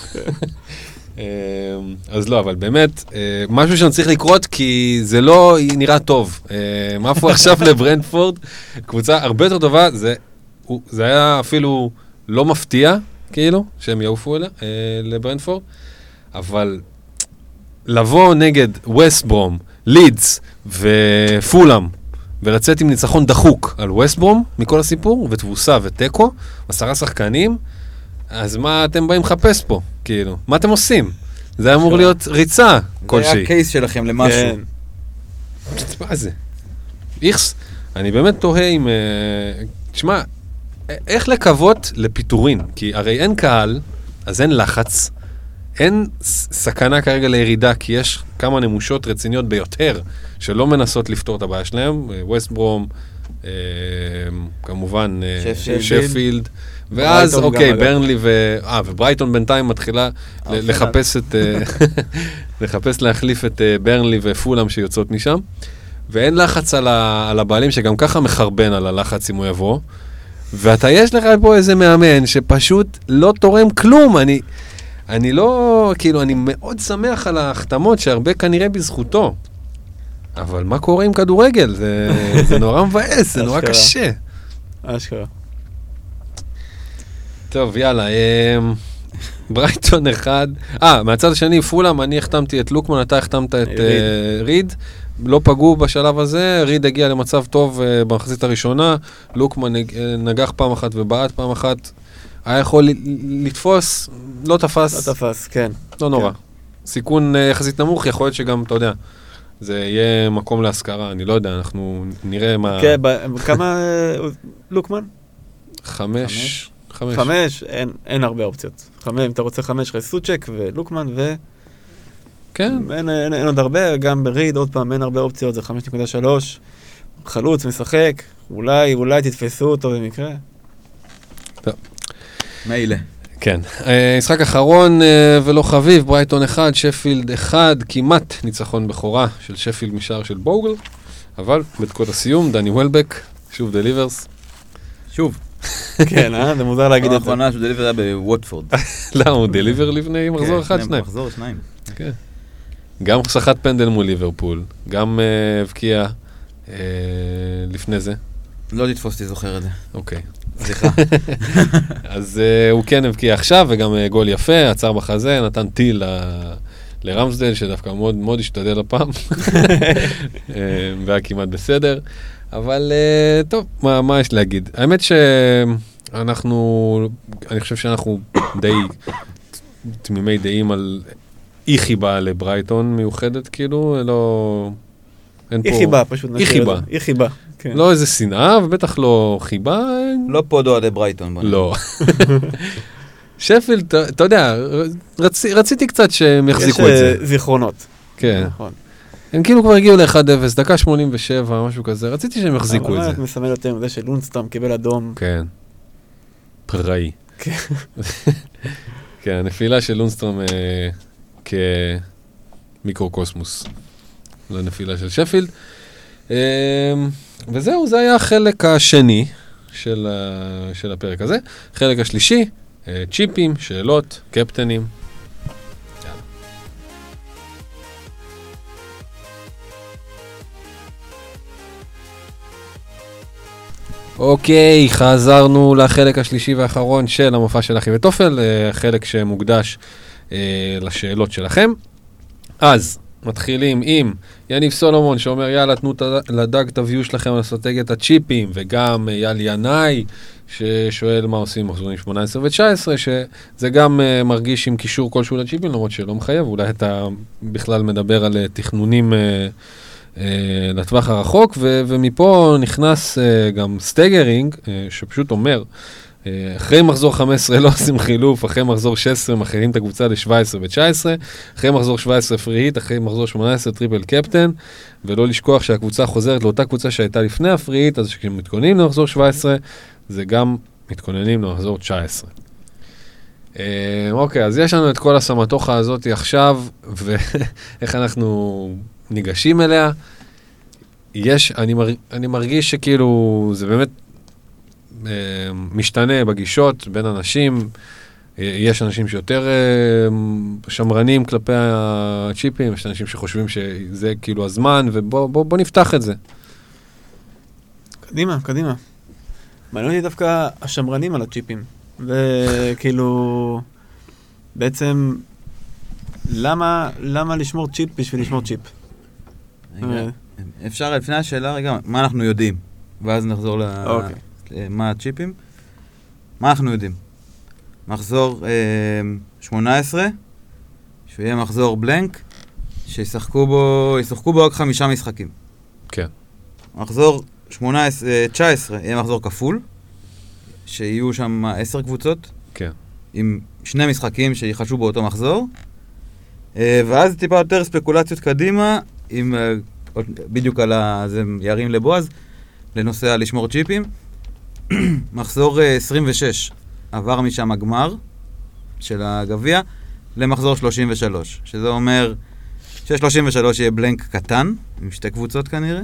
אז לא, אבל באמת, משהו שאני צריך לקרות, כי זה לא נראה טוב. מאפו עכשיו לברנדפורד, קבוצה הרבה יותר טובה, זה היה אפילו לא מפתיע, כאילו, שהם יעופו אליה, לברנדפורד, אבל לבוא נגד ווסט-ברום, לידס ופולאם, ולצאת עם ניצחון דחוק על ווסט-ברום, מכל הסיפור, ותבוסה וטקו, 10 שחקנים, אז מה אתם באים לחפש פה, כאילו? מה אתם עושים? זה אמור להיות ריצה כלשהי. זה היה הקייס שלכם למשהו. מה זה? איכס, אני באמת תוהה עם... תשמע, איך לקוות לפיטורין? כי הרי אין קהל, אז אין לחץ, אין סכנה כרגע לירידה, כי יש כמה נמושות רציניות ביותר, שלא מנסות לפתור את הבעיה שלהם, ווסט-ברום, כמובן שפילד, ואז אוקיי, ברנלי וברייטון בינתיים מתחילה לחפש להחליף את ברנלי ופולאם שיוצאות משם, ואין לחץ על הבעלים שגם ככה מחרבן על הלחץ אם הוא יבוא, ואתה יש לך פה איזה מאמן שפשוט לא תורם כלום, אני לא, כאילו, אני מאוד שמח על ההחתמות שהרבה כנראה בזכותו, אבל מה קורה עם כדורגל? זה נורא מבאס, זה נורא קשה. אשכרה. טוב, יאללה, ברייטון 1, מהצד השני, פולאם, אני החתמתי את לוקמן, אתה החתמת את ריד, לא פגעו בשלב הזה, ריד הגיע למצב טוב במחצית הראשונה, לוקמן נגח פעם אחת ובעט פעם אחת, היה יכול לתפוס, לא תפס. לא תפס, כן. לא נורא. סיכון יחסית נמוך, יכול להיות שגם, אתה יודע, זה יהיה מקום להשכרה, אני לא יודע, אנחנו נראה מה... כן, כמה לוקמן? 5. 5, אין הרבה אופציות. 5, אם אתה רוצה 5, סוצ'ק ולוקמן כן. אין עוד הרבה, גם בריד, עוד פעם, אין הרבה אופציות, זה 5.3, חלוץ, משחק, אולי תתפסו אותו במקרה. טוב. מילא. כן. משחק אחרון ולא חביב, ברייטון 1, שפילד 1, כמעט ניצחון בכורה של שפילד משער של בוגל, אבל בדקות הסיום, דני וולבק, שוב דליברס. שוב. כן, זה מוזר להגיד את זה. האחרונה שהוא דליבר היה בווטפורד. לא, הוא דליבר לפני מחזור 1-2. מחזור 2. כן. גם שחט פנדל מול ליברפול, גם הבקיע לפני זה. לא תתפוסתי זוכר את זה. אוקיי. סליחה. אז הוא כן הבקיע עכשיו, וגם גול יפה, עצר בחזה, נתן טיל לרמסדל, שדווקא מאוד מאוד השתדל הפעם. והיה כמעט בסדר. אבל טוב, מה יש להגיד? האמת שאנחנו, אני חושב שאנחנו די תמימי דעים על אי חיבה לברייטון מיוחדת, כאילו, לא... אי חיבה, פשוט נשאיר את זה. אי חיבה. לא איזה שנאה, ובטח לא חיבה. לא פודו עד ברייטון. לא. שפילד, אתה יודע, רציתי קצת שהם יחזיקו את זה. יש זיכרונות. כן. הם כאילו כבר הגיעו ל-1-0, דקה 87, משהו כזה, רציתי שהם יחזיקו את זה. אבל מסמל יותר עם זה שלונסטרם קיבל אדום. כן. פראי. כן. כן, הנפילה של לונסטרם כמיקרוקוסמוס. לנפילה של שפילד. וזהו, זה היה החלק השני של הפרק הזה. חלק השלישי, צ'יפים, שאלות, קפטנים. אוקיי, חזרנו לחלק השלישי והאחרון של המופע של אחי וטופל, חלק שמוקדש לשאלות שלכם. אז מתחילים עם יניב סולומון שאומר יאללה תנו לדג תביאו שלכם על אסטרטגיית הצ'יפים, וגם יאלי ינאי ששואל מה עושים מחזורים 18 ו-19, שזה גם מרגיש עם קישור כלשהו לצ'יפים, למרות שלא מחייב, אולי אתה בכלל מדבר על תכנונים לטווח הרחוק, ומפה נכנס גם סטגרינג, שפשוט אומר, אחרי מחזור 15 לא עושים חילוף, אחרי מחזור 16 מכינים את הקבוצה ל-17 ו-19, אחרי מחזור 17 פריהיט, אחרי מחזור 18 טריפל קפטן, ולא לשכוח שהקבוצה חוזרת לאותה קבוצה שהייתה לפני הפריהיט, אז כשמתכוננים למחזור 17, זה גם מתכוננים למחזור 19. אוקיי, אז יש לנו את כל הסמטוחה הזאת עכשיו, ואיך אנחנו ניגשים אליה. אני מרגיש שכאילו זה באמת משתנה בגישות בין אנשים. יש אנשים שיותר שמרנים כלפי הצ'יפים, יש אנשים שחושבים שזה כאילו הזמן, ובוא נפתח את זה. קדימה. מעניין אותי דווקא השמרנים על הצ'יפים. וכאילו, בעצם, למה לשמור צ'יפ בשביל לשמור צ'יפ? אפשר לפני השאלה, רגע, מה אנחנו יודעים? ואז נחזור למה הצ'יפים. מה אנחנו יודעים? מחזור 18, שהוא יהיה מחזור בלנק, שישחקו בו רק 5 משחקים. כן. מחזור 19 יהיה מחזור כפול, שיהיו שם 10 קבוצות. כן. עם 2 משחקים שיחשבו באותו מחזור. ואז טיפה יותר ספקולציות קדימה, עם בדיוק על זה ירים לבועז, לנושא לשמור צ'יפים. מחזור 26 עבר משם הגמר של הגביע למחזור 33, שזה אומר ש-33 יהיה בלנק קטן, עם 2 קבוצות כנראה,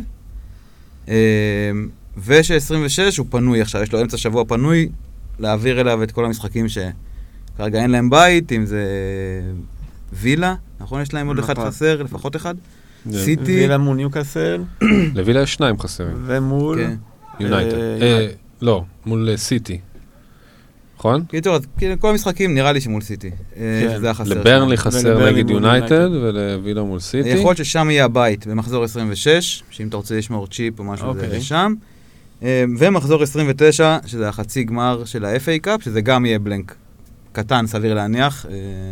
וש-26 הוא פנוי עכשיו, יש לו אמצע שבוע פנוי להעביר אליו את כל המשחקים שכרגע אין להם בית, אם זה וילה, נכון? יש להם עוד אחד חסר, לפחות אחד. סיטי. וילה מול ניוקאסל. לווילה יש 2 חסרים. ומול... יונייטד. לא, מול סיטי. נכון? קיצור, כל המשחקים נראה לי שמול סיטי. זה החסר. לברנלי חסר נגד יונייטד ולווילה מול סיטי. יכול להיות ששם יהיה הבית במחזור 26, שאם אתה רוצה לשמור צ'יפ או משהו זה שם. ומחזור 29, שזה החצי גמר של ה-FA קאפ, שזה גם יהיה בלנק קטן, סביר להניח.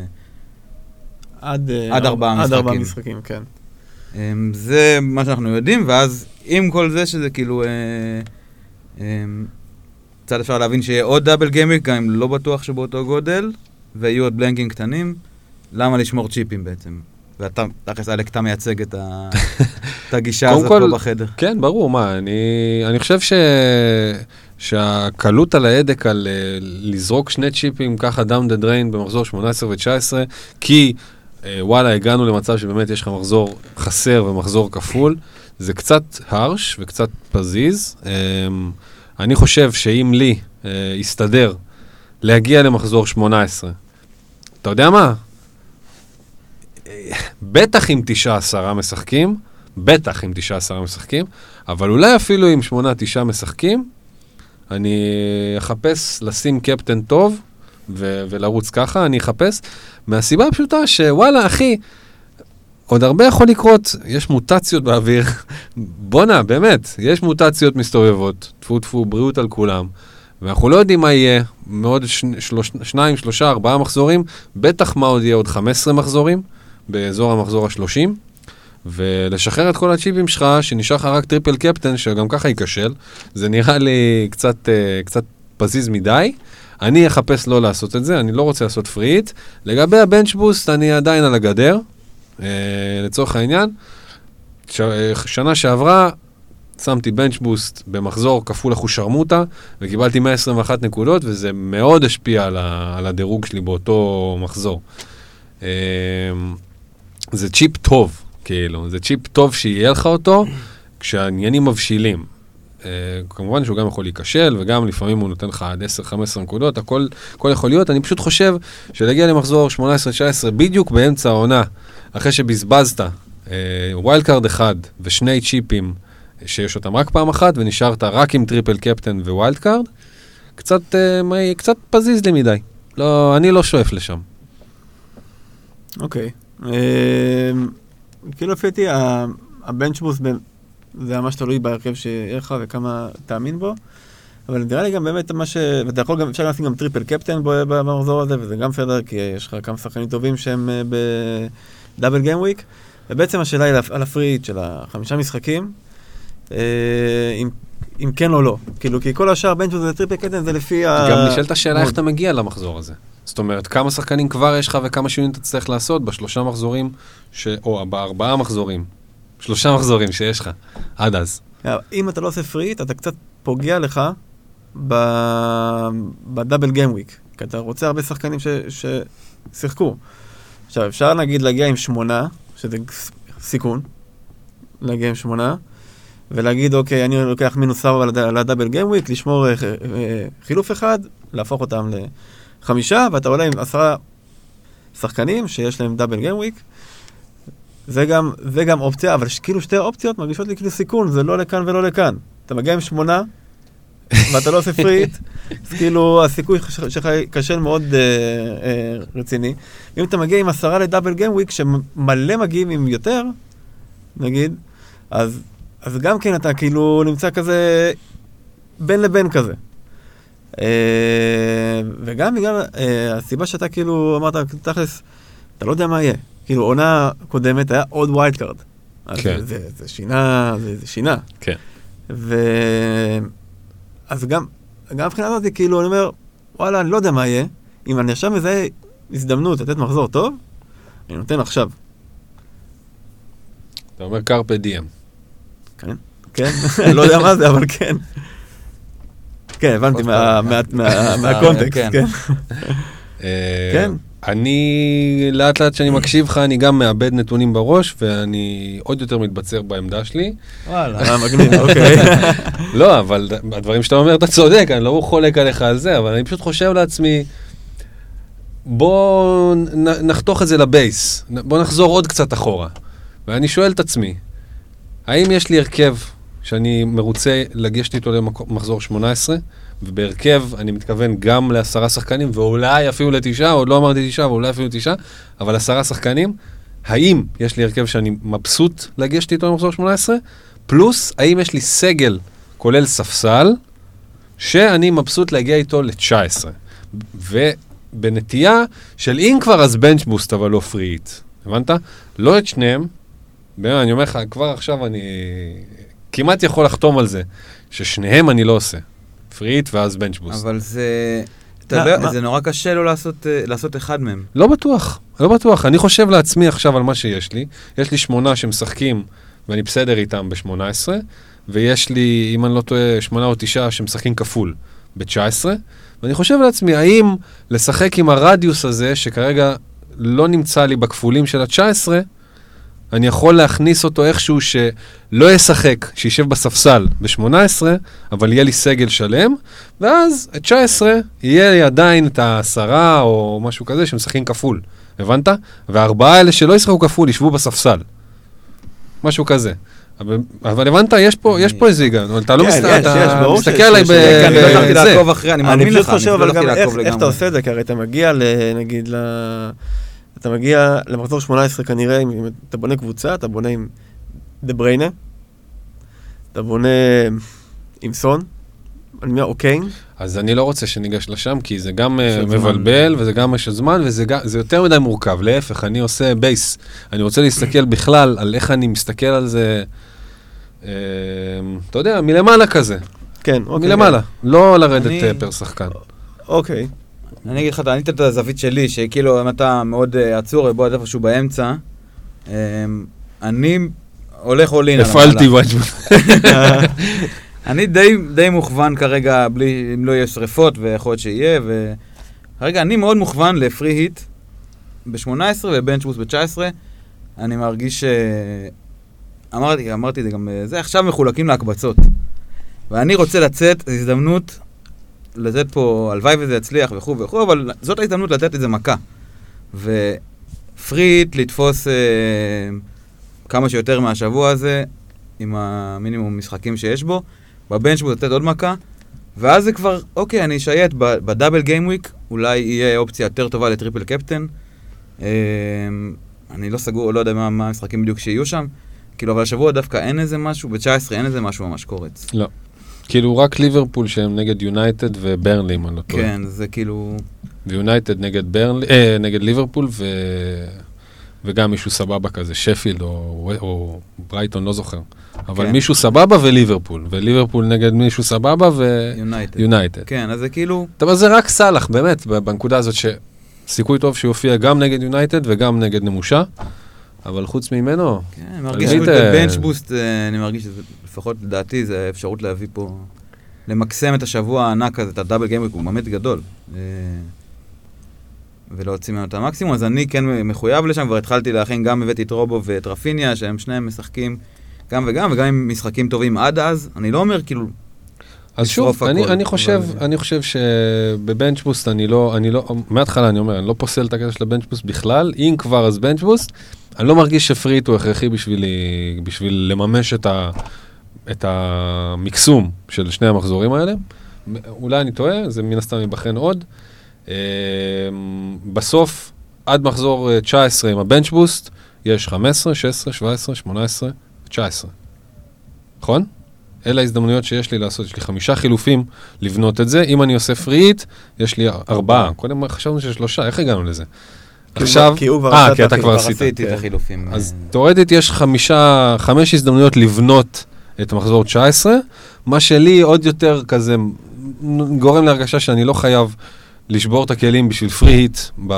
עד 4 משחקים, כן. זה מה שאנחנו יודעים, ואז עם כל זה שזה כאילו... קצת אפשר להבין שיהיה עוד דאבל גיימינג, גם אם לא בטוח שבאותו גודל, ויהיו עוד בלנקים קטנים. למה לשמור צ'יפים בעצם? ואתה, תכף אלק, אתה מייצג את הגישה הזאת פה בחדר. כן, ברור, מה, אני חושב שהקלות על ההדק על לזרוק 2 צ'יפים ככה down the drain במחזור 18 ו-19, כי וואלה, הגענו למצב שבאמת יש לך מחזור חסר ומחזור כפול, זה קצת הרש וקצת פזיז. אני חושב שאם לי יסתדר להגיע למחזור 18, אתה יודע מה? בטח עם 9-10 משחקים, אבל אולי אפילו עם 8-9 משחקים, אני אחפש לשים קפטן טוב, ולרוץ ככה, אני אחפש, מהסיבה הפשוטה שוואלה, אחי, עוד הרבה יכול לקרות, יש מוטציות באוויר, בונה, באמת, יש מוטציות מסתובבות, תפו, בריאות על כולם, ואנחנו לא יודעים מה יהיה, מעוד 2, 3, 4 מחזורים, בטח מה עוד יהיה עוד 15 מחזורים, באזור המחזור ה-30, ולשחרר את כל הצ'יפים שלך, שנשאר לך רק טריפל קפטן, שגם ככה ייכשל, זה נראה לי קצת פזיז מדי, אני אחפש לא לעשות את זה, אני לא רוצה לעשות פריט, לגבי הבנץ' בוסט, אני עדיין על הגדר, לצורך העניין, שנה שעברה, שמתי בנץ' בוסט במחזור כפול אחושרמוטה, וקיבלתי 121 נקודות, וזה מאוד השפיע על הדירוג שלי באותו מחזור. זה צ'יפ טוב, כאילו, זה צ'יפ טוב שיהיה לך אותו, כשהעניינים מבשילים. כמובן שהוא גם יכול להיכשל, וגם לפעמים הוא נותן לך עד 10-15 נקודות, הכל יכול להיות. אני פשוט חושב שלהגיע למחזור 18-19, בדיוק באמצע העונה, אחרי שבזבזת ווילד קארד אחד ושני צ'יפים, שיש אותם רק פעם אחת, ונשארת רק עם טריפל קפטן וווילד קארד, קצת פזיז לי מדי. לא, אני לא שואף לשם. אוקיי. כאילו לפי הבנצ'בוס זה ממש תלוי בהרכב שיהיה לך וכמה תאמין בו, אבל נראה לי גם באמת מה ואתה יכול גם, אפשר לשים גם טריפל קפטן במחזור הזה, וזה גם פדר, כי יש לך כמה שחקנים טובים שהם בדאבל גיים וויק, ובעצם השאלה היא על הפריט של 5 משחקים, אם כן או לא. כאילו, כי כל השאר בנצ'בוס זה טריפל קפטן, זה לפי גם נשאלת השאלה איך אתה מגיע למחזור הזה. זאת אומרת, כמה שחקנים כבר יש לך וכמה שינויים אתה צריך לעשות ב3 מחזורים, או ב4 מחזורים. 3 מחזורים שיש לך, עד אז. אם אתה לא עושה פריט, אתה קצת פוגע לך בדאבל גיים וויק, כי אתה רוצה הרבה שחקנים ששיחקו. עכשיו, אפשר נגיד להגיע עם 8, שזה סיכון, להגיע עם 8, ולהגיד, אוקיי, אני לוקח מינוס 4 לדאבל גיים וויק, לשמור חילוף אחד, להפוך אותם ל5, ואתה עולה עם 10 שחקנים שיש להם דאבל גיים וויק, זה גם אופציה, אבל כאילו שתי אופציות מרגישות לי כאילו סיכון, זה לא לכאן ולא לכאן. אתה מגיע עם 8, ואתה לא עושה פריט, אז כאילו הסיכוי שלך קשה מאוד רציני. אם אתה מגיע עם 10 לדאבל גיים וויק, שמלא מגיעים עם יותר, נגיד, אז גם כן אתה כאילו נמצא כזה בין לבין כזה. וגם בגלל הסיבה שאתה כאילו אמרת, תכלס, אתה לא יודע מה יהיה. כאילו עונה קודמת היה עוד ווילד קארד. כן. זה שינה. כן. אז גם מבחינה הזאת, כאילו, אני אומר, וואלה, אני לא יודע מה יהיה. אם אני עכשיו מזהה הזדמנות לתת מחזור טוב, אני נותן עכשיו. אתה אומר קרפה דיאם. כן, לא יודע מה זה, אבל כן. כן, הבנתי מהקונטקסט, כן. כן. אני, לאט לאט שאני מקשיב לך, אני גם מאבד נתונים בראש, ואני עוד יותר מתבצר בעמדה שלי. וואלה, מגניב, אוקיי. לא, אבל הדברים שאתה אומר, אתה צודק, אני לא חולק עליך על זה, אבל אני פשוט חושב לעצמי, בוא נחתוך את זה לבייס, בוא נחזור עוד קצת אחורה. ואני שואל את עצמי, האם יש לי הרכב שאני מרוצה לגשת איתו למחזור 18, ובהרכב אני מתכוון גם ל10 שחקנים, ואולי אפילו ל9, עוד לא אמרתי 9, ואולי אפילו 9, אבל 10 שחקנים, האם יש לי הרכב שאני מבסוט לגשת איתו למחזור 18, פלוס האם יש לי סגל, כולל ספסל, שאני מבסוט להגיע איתו ל19. ובנטייה של אם כבר אז בנץ' בוסט, אבל לא פריט. הבנת? לא את שניהם, אני אומר לך, כבר עכשיו אני כמעט יכול לחתום על זה, ששניהם אני לא עושה. פריט ואז בנץ' בוסט. אבל זה נורא קשה לו לעשות אחד מהם. לא בטוח. אני חושב לעצמי עכשיו על מה שיש לי. יש לי 8 שמשחקים, ואני בסדר איתם ב-18, ויש לי, אם אני לא טועה, 8 או 9 שמשחקים כפול ב-19, ואני חושב לעצמי, האם לשחק עם הרדיוס הזה, שכרגע לא נמצא לי בכפולים של ה-19, אני יכול להכניס אותו איכשהו שלא ישחק, שישב בספסל ב-18, אבל יהיה לי סגל שלם, ואז את 19 יהיה לי עדיין את ה10 או משהו כזה שמשחקים כפול, הבנת? והארבעה האלה שלא ישחקו כפול ישבו בספסל. משהו כזה. אבל הבנת, יש פה איזה היגיון, אתה לא מסתכל עליי בזה. אני לא הלכתי לעקוב אחרי, אני מאמין לך. אני פשוט חושב, אבל גם איך אתה עושה את זה, כי הרי אתה מגיע, נגיד, אתה מגיע למחזור 18 כנראה, אם אתה בונה קבוצה, אתה בונה עם דבריינה, אתה בונה עם סון, אני אומר, אוקיי. אז אני לא רוצה שניגש לשם, כי זה גם מבלבל, וזה גם משך זמן, וזה יותר מדי מורכב. להפך, אני עושה בייס. אני רוצה להסתכל בכלל על איך אני מסתכל על זה, אתה יודע, מלמעלה כזה. כן, אוקיי. מלמעלה, לא לרדת פר שחקן. אוקיי. אני אגיד לך, אני אתן את הזווית שלי, שכאילו אם אתה מאוד עצור, בוא עד איפשהו באמצע, אני הולך עולין. הפעלתי ואג'מן. אני די מוכוון כרגע, אם לא יהיה שריפות, ויכול להיות שיהיה, כרגע אני מאוד מוכוון לפרי היט ב-18 ובנץ' בוסט ב-19. אני מרגיש אמרתי את זה גם, זה עכשיו מחולקים להקבצות. ואני רוצה לצאת, זו הזדמנות לתת פה, הלוואי וזה יצליח וכו', אבל זאת ההזדמנות לתת את זה מכה. ופריט לתפוס כמה שיותר מהשבוע הזה, עם המינימום משחקים שיש בו, בבנץ' בו לתת עוד מכה, ואז זה כבר, אוקיי, אני אשייט בדאבל גיים וויק, אולי יהיה אופציה יותר טובה לטריפל קפטן. אני לא סגור, לא יודע מה המשחקים בדיוק שיהיו שם, כאילו, אבל השבוע דווקא אין איזה משהו, ב-19 אין איזה משהו ממש קורץ. לא. כאילו רק ליברפול שהם נגד יונייטד וברנלי, אם אני לא טועה. כן, זה כאילו... ויונייטד נגד ליברפול וגם מישהו סבבה כזה, שפילד או ברייטון, לא זוכר. אבל מישהו סבבה וליברפול נגד מישהו סבבה ויונייטד. כן, אז זה כאילו... אבל זה רק סלח, באמת, בנקודה הזאת שסיכוי טוב שיופיע גם נגד יונייטד וגם נגד נמושה, אבל חוץ ממנו... כן, אני מרגיש שבנץ' בוסט, אני מרגיש שזה, לפחות לדעתי, זה אפשרות להביא פה למקסם את השבוע הענק הזה, את הדאבל גיימוויק, הוא באמת גדול. ולהוציא ממנו את המקסימום, אז אני כן מחויב לשם, כבר התחלתי להכין, גם הבאתי את רובו ואת רפיניה, שהם שניהם משחקים גם וגם, וגם עם משחקים טובים עד אז, אני לא אומר כאילו... אז שוב, אני חושב שבבנצ'בוסט אני לא, מההתחלה אני אומר, אני לא פוסל את הקטע של הבנצ'בוסט בכלל, אם כבר אז בנצ'בוסט, אני לא מרגיש שפריט הוא הכרחי בשביל לממש את המקסום של שני המחזורים האלה. אולי אני טועה, זה מן הסתם יבחן עוד. בסוף, עד מחזור 19 עם הבנצ'בוסט, יש 15, 16, 17, 18, 19. נכון? אלה ההזדמנויות שיש לי לעשות, יש לי 5 חילופים לבנות את זה. אם אני עושה פריט, יש לי 4. קודם חשבנו שיש 3, איך הגענו לזה? עכשיו, כי אתה כבר עשית את החילופים. אז תאורטית יש 5 הזדמנויות לבנות את מחזור 19, מה שלי עוד יותר כזה גורם להרגשה שאני לא חייב לשבור את הכלים בשביל פריט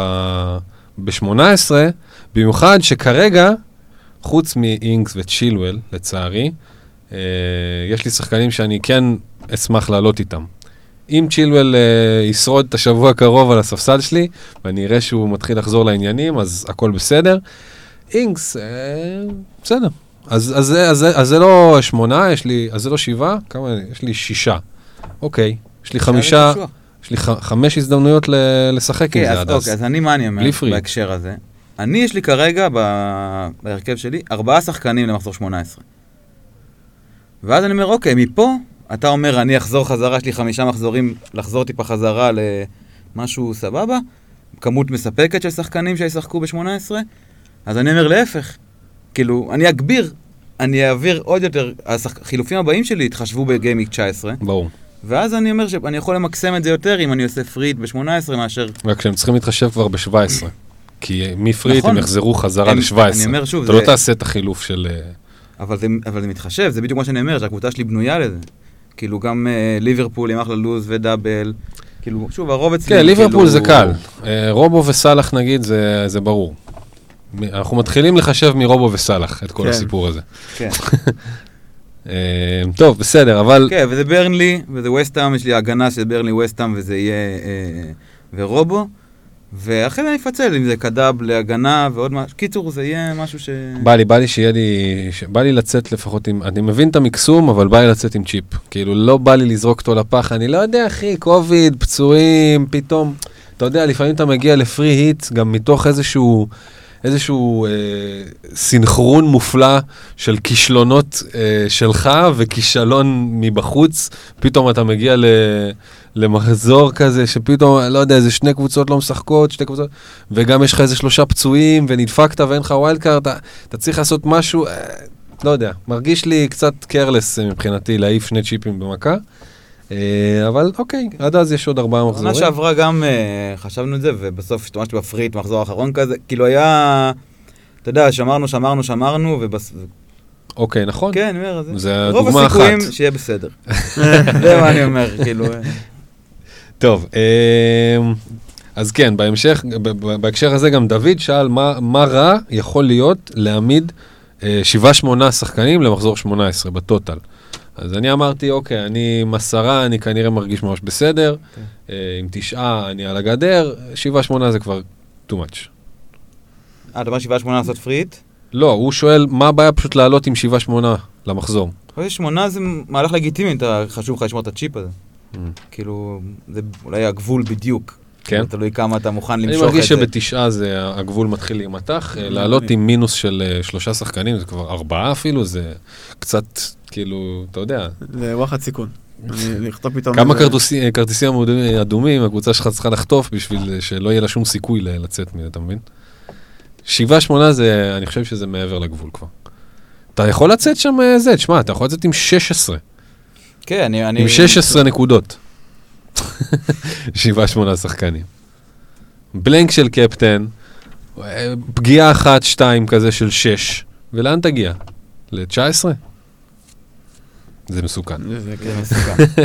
ב-18, במיוחד שכרגע, חוץ מאינגס וצ'ילואל, לצערי, יש לי שחקנים שאני כן אשמח לעלות איתם. אם צ'ילואל ישרוד את השבוע הקרוב על הספסל שלי, ואני אראה שהוא מתחיל לחזור לעניינים, אז הכל בסדר. אינגס, בסדר. אז זה לא 8, אז זה לא 7, כמה? יש לי 6. אוקיי, יש לי 5... יש לי 5 הזדמנויות לשחק עם זה עד אז. אוקיי, אז מה אני אומר בהקשר הזה? יש לי כרגע בהרכב שלי 4 שחקנים למחזור 18. ואז אני אומר, אוקיי, מפה אתה אומר, אני אחזור חזרה, יש לי 5 מחזורים, לחזור טיפה חזרה למשהו סבבה, כמות מספקת של שחקנים שישחקו ב-18, אז אני אומר להפך, כאילו, אני אגביר, אני אעביר עוד יותר, החילופים הבאים שלי התחשבו בגיימיק 19. ברור. ואז אני אומר שאני יכול למקסם את זה יותר אם אני עושה פריט ב-18 מאשר... רק שהם צריכים להתחשב כבר ב-17. כי מפריט נכון. הם יחזרו חזרה ל-17. אני אומר שוב, אתה לא תעשה את החילוף של... אבל זה מתחשב, זה בדיוק מה שאני אומר, שהקבוצה שלי בנויה לזה. כאילו גם ליברפול עם אחלה לוז ודאבל. כאילו, שוב, הרוב אצלי... כן, ליברפול זה קל. רובו וסלח נגיד, זה ברור. אנחנו מתחילים לחשב מרובו וסלח את כל הסיפור הזה. כן. טוב, בסדר, אבל... כן, וזה ברנלי, וזה ווסטהאם, יש לי הגנה של ברנלי ווסטהאם, וזה יהיה... ורובו, ואחרי זה אני אפצל, אם זה קדאב להגנה ועוד משהו. קיצור, זה יהיה משהו ש... בא לי שיהיה לי... בא לי לצאת לפחות עם... אני מבין את המקסום, אבל בא לי לצאת עם צ'יפ. כאילו, לא בא לי לזרוק אותו לפח. אני לא יודע, אחי, קוביד, פצועים, פתאום... אתה יודע, לפעמים אתה מגיע לפרי היט, גם מתוך איזשהו סינכרון מופלא של כישלונות שלך וכישלון מבחוץ, פתאום אתה מגיע למחזור כזה, שפתאום, לא יודע, איזה 2 קבוצות לא משחקות, 2 קבוצות, וגם יש לך איזה 3 פצועים, ונדפקת ואין לך ווילד קארד, אתה צריך לעשות משהו, לא יודע, מרגיש לי קצת קרלס מבחינתי, להעיף 2 צ'יפים במכה, אבל אוקיי, עד אז יש עוד 4 מחזורים. עונה שעברה גם חשבנו את זה, ובסוף השתמשתי בפריט, מחזור האחרון כזה, כאילו היה, אתה יודע, שמרנו, אוקיי, נכון. כן, אני אומר, זה רוב דוגמה אחת. הסיכויים שיהיה בסדר. זה מה אני אומר, כאילו. טוב, אז כן, בהקשר הזה גם דוד שאל מה רע יכול להיות להעמיד 7-8 שחקנים למחזור 18 בטוטל. אז אני אמרתי, אוקיי, אני עם 10, אני כנראה מרגיש ממש בסדר, עם 9 אני על הגדר, 7-8 זה כבר too much. אתה אומר 7-8 לעשות פריט? לא, הוא שואל, מה הבעיה פשוט לעלות עם 7-8 למחזור? 8 זה מהלך לגיטימי, חשוב לך לשמור את הצ'יפ הזה. כאילו, זה אולי הגבול בדיוק. כן. תלוי כמה אתה מוכן למשוך את זה. אני מרגיש שבתשעה זה הגבול מתחיל להימתח, לעלות עם מינוס של 3 שחקנים, זה כבר 4 אפילו, זה קצת, כאילו, אתה יודע. זה וואחד סיכון. לכתוב פתאום... כמה כרטיסים אדומים, הקבוצה שלך צריכה לחטוף בשביל שלא יהיה לה שום סיכוי לצאת מזה, אתה מבין? 7-8 זה, אני חושב שזה מעבר לגבול כבר. אתה יכול לצאת שם זה, תשמע, אתה יכול לצאת עם 16. כן, עם 16 נקודות. 7-8 שחקנים. בלנק של קפטן, פגיעה 1-2 כזה של 6, ולאן תגיע? ל-19? זה מסוכן. זה מסוכן.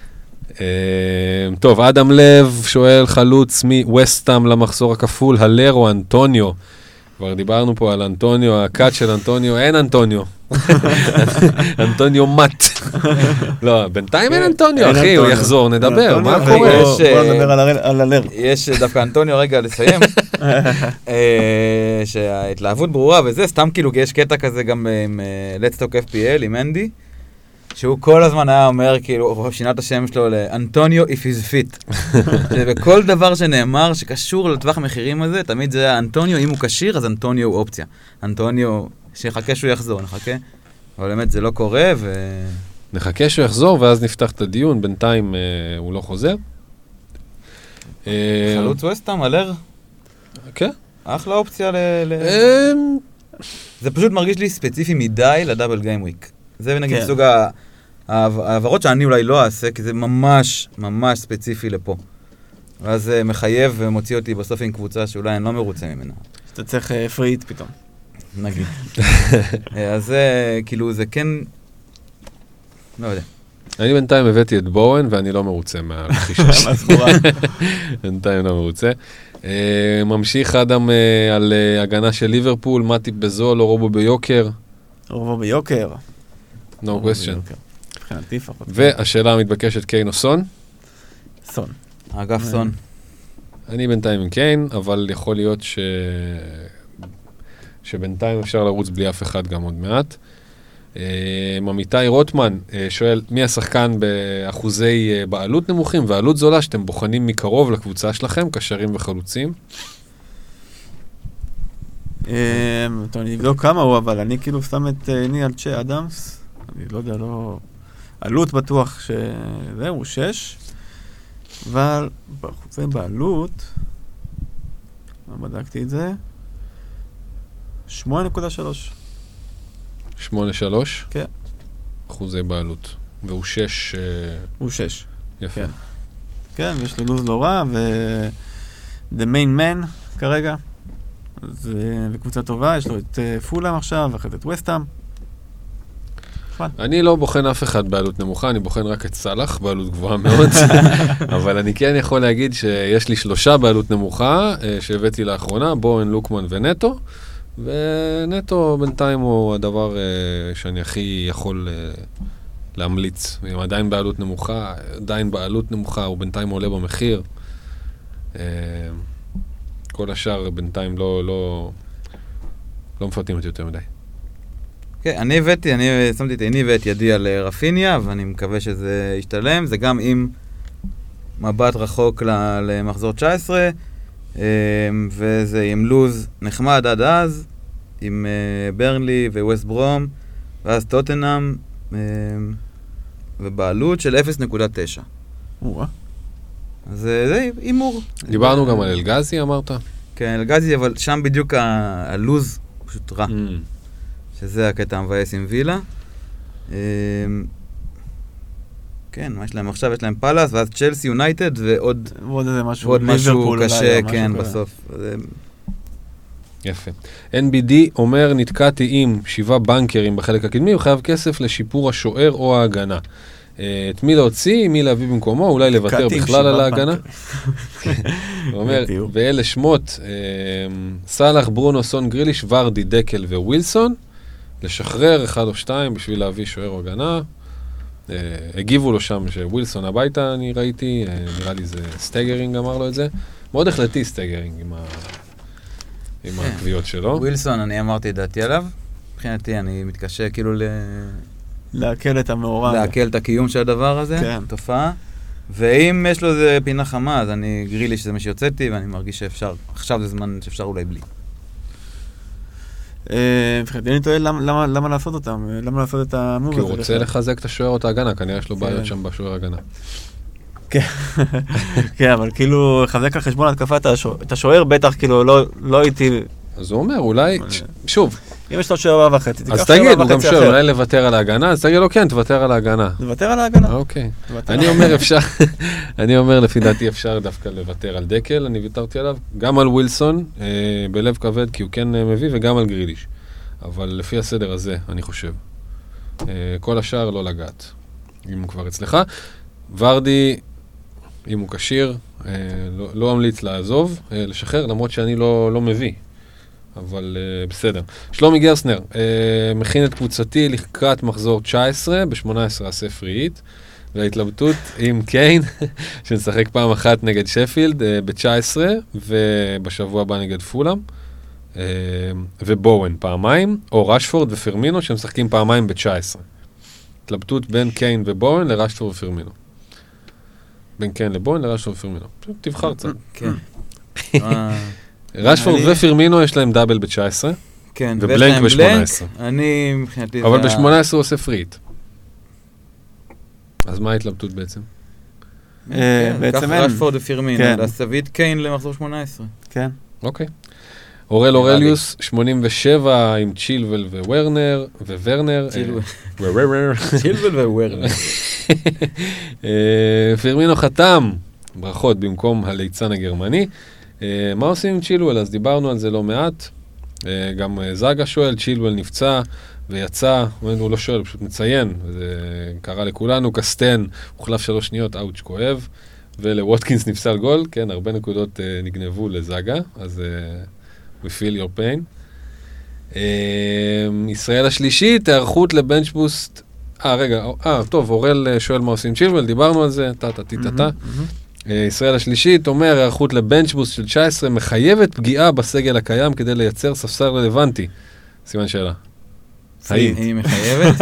טוב, אדם לב שואל חלוץ מווסטהאם למחזור הכפול, הלרו אנטוניו. כבר דיברנו פה על אנטוניו, הקאט של אנטוניו, אין אנטוניו. אנטוניו מת. לא, בינתיים אין אנטוניו, אחי, הוא יחזור, נדבר, מה קורה? בוא נדבר על הלר. יש דווקא אנטוניו, רגע, לסיים, שההתלהבות ברורה וזה, סתם כאילו יש קטע כזה גם עם Let's Talk FPL, עם אנדי, שהוא כל הזמן היה אומר, כאילו, הוא שינה את השם שלו לאנטוניו if he's fit. ובכל דבר שנאמר שקשור לטווח המחירים הזה, תמיד זה היה אנטוניו, אם הוא קשיר, אז אנטוניו הוא אופציה. אנטוניו, שנחכה שהוא יחזור, נחכה. אבל באמת זה לא קורה, נחכה שהוא יחזור, ואז נפתח את הדיון, בינתיים הוא לא חוזר. חלוץ ווסטהאם, אלר? כן. אחלה אופציה זה פשוט מרגיש לי ספציפי מדי לדאבל גיים וויק. זה נגיד סוג העברות שאני אולי לא אעשה, כי זה ממש ממש ספציפי לפה. ואז זה מחייב ומוציא אותי בסוף עם קבוצה שאולי אני לא מרוצה ממנה. אתה צריך פריט פתאום. נגיד. אז זה, כאילו, זה כן... לא יודע. אני בינתיים הבאתי את בואן, ואני לא מרוצה מהרכישה. בינתיים לא מרוצה. ממשיך אדם על הגנה של ליברפול, מטיפ בזול או רובו ביוקר. רובו ביוקר. No question. מבחינתי לפחות. והשאלה המתבקשת, קיין או סון? סון. אגב סון. אני בינתיים עם קיין, אבל יכול להיות שבינתיים אפשר לרוץ בלי אף אחד גם עוד מעט. עמיתי רוטמן שואל, מי השחקן באחוזי בעלות נמוכים ועלות זולה שאתם בוחנים מקרוב לקבוצה שלכם, קשרים וחלוצים? אני אבדוק כמה הוא, אבל אני כאילו שם את ניאל צ'ה אדמס, אני לא יודע, לא... עלות בטוח שזהו, 6, אבל באחוזי בעלות, בדקתי את זה, 8.3. 8.3? כן. אחוזי בעלות. והוא 6... הוא 6. יפה. כן, כן, יש לו לוז לא רע, The main man כרגע. זה קבוצה טובה, יש לו את פולאם עכשיו, ואחרי זה את ווסטהאם. אני לא בוחן אף אחד בעלות נמוכה, אני בוחן רק את סלאח, בעלות גבוהה מאוד. אבל אני כן יכול להגיד שיש לי 3 בעלות נמוכה, שהבאתי לאחרונה, בואן, לוקמן ונטו. ונטו בינתיים הוא הדבר שאני הכי יכול להמליץ. אם עדיין בעלות נמוכה, עדיין בעלות נמוכה, הוא בינתיים עולה במחיר. כל השאר בינתיים לא מפתים אותי יותר מדי. כן, אני שמתי את עיני ואת ידי על רפיניה, ואני מקווה שזה ישתלם. זה גם עם מבט רחוק למחזור 19, וזה עם לוז נחמד עד אז, עם ברנלי וווסט ברום, ואז טוטנהאם, ובעלות של 0.9. אז זה אימור. דיברנו גם על אלגזי, אמרת? כן, אלגזי, אבל שם בדיוק הלוז פשוט רע. שזה הקטע המבאס עם וילה. כן, מה יש להם עכשיו? יש להם פלאס, ואז צ'לסי יונייטד, ועוד משהו קשה, כן, בסוף. יפה. NBD אומר, נתקעתי עם 7 בנקרים בחלק הקדמי, הוא חייב כסף לשיפור השוער או ההגנה. את מי להוציא, מי להביא במקומו, אולי לוותר בכלל על ההגנה. הוא אומר, ואלה שמות, סלאח, ברונו, סון, גריליש, ורדי, דקל ווילסון, לשחרר 1 או 2 בשביל להביא שוער או הגנה. הגיבו לו שם שווילסון הביתה, אני ראיתי, נראה לי זה סטגרינג אמר לו את זה. מאוד החלטי סטגרינג עם הקביעות שלו. ווילסון, אני אמרתי את דעתי עליו. מבחינתי, אני מתקשה כאילו להקל את המעורב. להקל את הקיום של הדבר הזה, תופעה. ואם יש לו איזה פינה חמה, אז אני גרילי שזה מה שיוצאתי, ואני מרגיש שאפשר, עכשיו זה זמן שאפשר אולי בלי. אני טועה, למה לעשות אותם? למה לעשות את המוב הזה? כי הוא רוצה לחזק את השוער או את ההגנה, כנראה יש לו בעיות שם בשוער ההגנה. כן, אבל כאילו, חזק על חשבון התקפה את השוער, בטח כאילו לא הייתי... אז הוא אומר, אולי, שוב. אם יש לו שוער 4.5, אז תגיד, הוא גם שואל, אולי לוותר על ההגנה, אז תגיד לו, כן, תוותר על ההגנה. לוותר על ההגנה? אוקיי. אני אומר, לפי דעתי אפשר דווקא לוותר על דקל, אני ויתרתי עליו, גם על ווילסון, בלב כבד, כי הוא כן מביא, וגם על גריליש. אבל לפי הסדר הזה, אני חושב. כל השאר לא לגעת, אם הוא כבר אצלך. ורדי, אם הוא קשיר, לא אמליץ לעזוב, לשחרר, למרות שאני לא מביא. אבל בסדר. שלומי גרסנר, מכין את קבוצתי לקראת מחזור 19, ב-18 עשה פריעית, וההתלבטות עם קיין, שנשחק פעם אחת נגד שפילד ב-19, ובשבוע הבא נגד פולאם, ובואן פעמיים, או רשפורד ופרמינו, שמשחקים פעמיים ב-19. התלבטות בין קיין ובואן לרשפורד ופרמינו. בין קיין לבואן לרשפורד ופרמינו. תבחר צד. כן. רשפורד ופרמינו יש להם דאבל ב-19, כן. ובלנק ב-18. אני מבחינתי אבל ב-18 הוא עושה פריט. אז מה ההתלבטות בעצם? בעצם ככה רשפורד ופירמינו, להסביד קיין למחזור 18. כן. אוקיי. אורל אורליוס, 87 עם צ'ילבל וורנר, צ'ילבל וורנר. פירמינו חתם, ברכות במקום הליצן הגרמני. מה עושים עם צ'ילבל? אז דיברנו על זה לא מעט. גם זאגה שואל, צ'ילבל נפצע ויצא, הוא לא שואל, הוא פשוט מציין, זה קרה לכולנו, קסטן, הוחלף 3 שניות, אאוץ' כואב, ולווטקינס נפסל גול, כן, הרבה נקודות נגנבו לזאגה, אז we feel your pain. ישראל השלישית, הערכות לבנצ'בוסט, טוב, אורל שואל מה עושים צ'ילבל, דיברנו על זה, טה. ישראל השלישית אומר, הערכות לבנצ'בוסט של 19 מחייבת פגיעה בסגל הקיים כדי לייצר ספסל רלוונטי. סימן שאלה. היא מחייבת?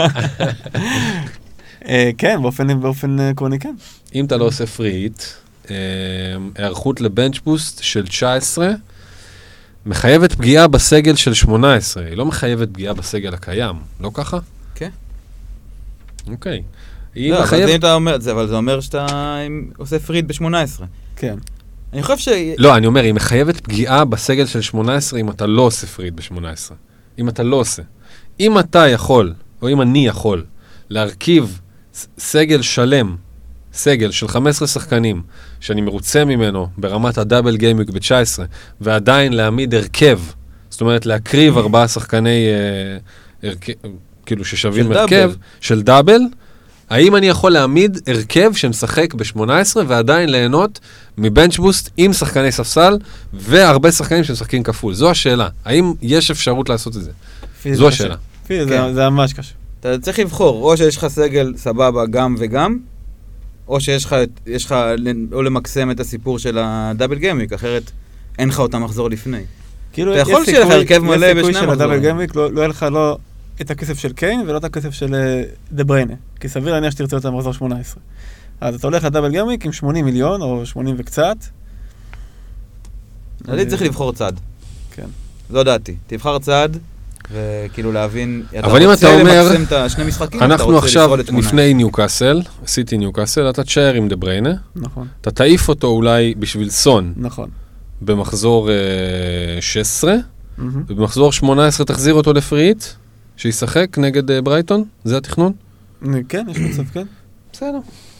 כן, באופן עקרוני כן. אם אתה לא עושה פריט, הערכות לבנצ'בוסט של 19 מחייבת פגיעה בסגל של 18. היא לא מחייבת פגיעה בסגל הקיים, לא ככה? כן. אוקיי. לא, אבל זה אומר שאתה עושה פריט ב-18. כן. אני חושב ש... לא, אני אומר, היא מחייבת פגיעה בסגל של 18 אם אתה לא עושה פריט ב-18. אם אתה לא עושה. אם אתה יכול, או אם אני יכול, להרכיב סגל שלם, סגל של 15 שחקנים, שאני מרוצה ממנו ברמת הדאבל גיימיק ב-19, ועדיין להעמיד הרכב, זאת אומרת להקריב 4 שחקני, כאילו ששווים הרכב, של דאבל, האם אני יכול להעמיד הרכב שמשחק ב-18 ועדיין ליהנות מבנצ'בוסט עם שחקני ספסל והרבה שחקנים שמשחקים כפול? זו השאלה. האם יש אפשרות לעשות את זה? זו השאלה. זה ממש קשה. אתה צריך לבחור, או שיש לך סגל סבבה גם וגם, או שיש לך או למקסם את הסיפור של הדאבל גיימיק, אחרת אין לך אותה מחזור לפני. אתה יכול שיהיה לך הרכב מלא בשני מחזורים. של הדאבל גיימיק, לא יהיה לך לא את הכסף של קיין ולא את הכסף של דה בריינה, כי סביר להניח שתרצה אותה במחזור 18. אז אתה הולך לדאבל גיימיק עם 80 מיליון או 80 וקצת. אני צריך לבחור צד. כן. זו דעתי. תבחר צד, וכאילו להבין, אבל אם אתה אומר, למקסם את השני משחקים, אנחנו עכשיו לפני ניוקאסל, סיטי ניוקאסל, אתה תשאר עם דה בריינה. נכון. אתה תעיף אותו אולי בשביל סון. נכון. במחזור 16, ובמחזור 18 תחזיר אותו לפריט, שישחק נגד ברייטון? זה התכנון? כן, יש מצב, כן. בסדר.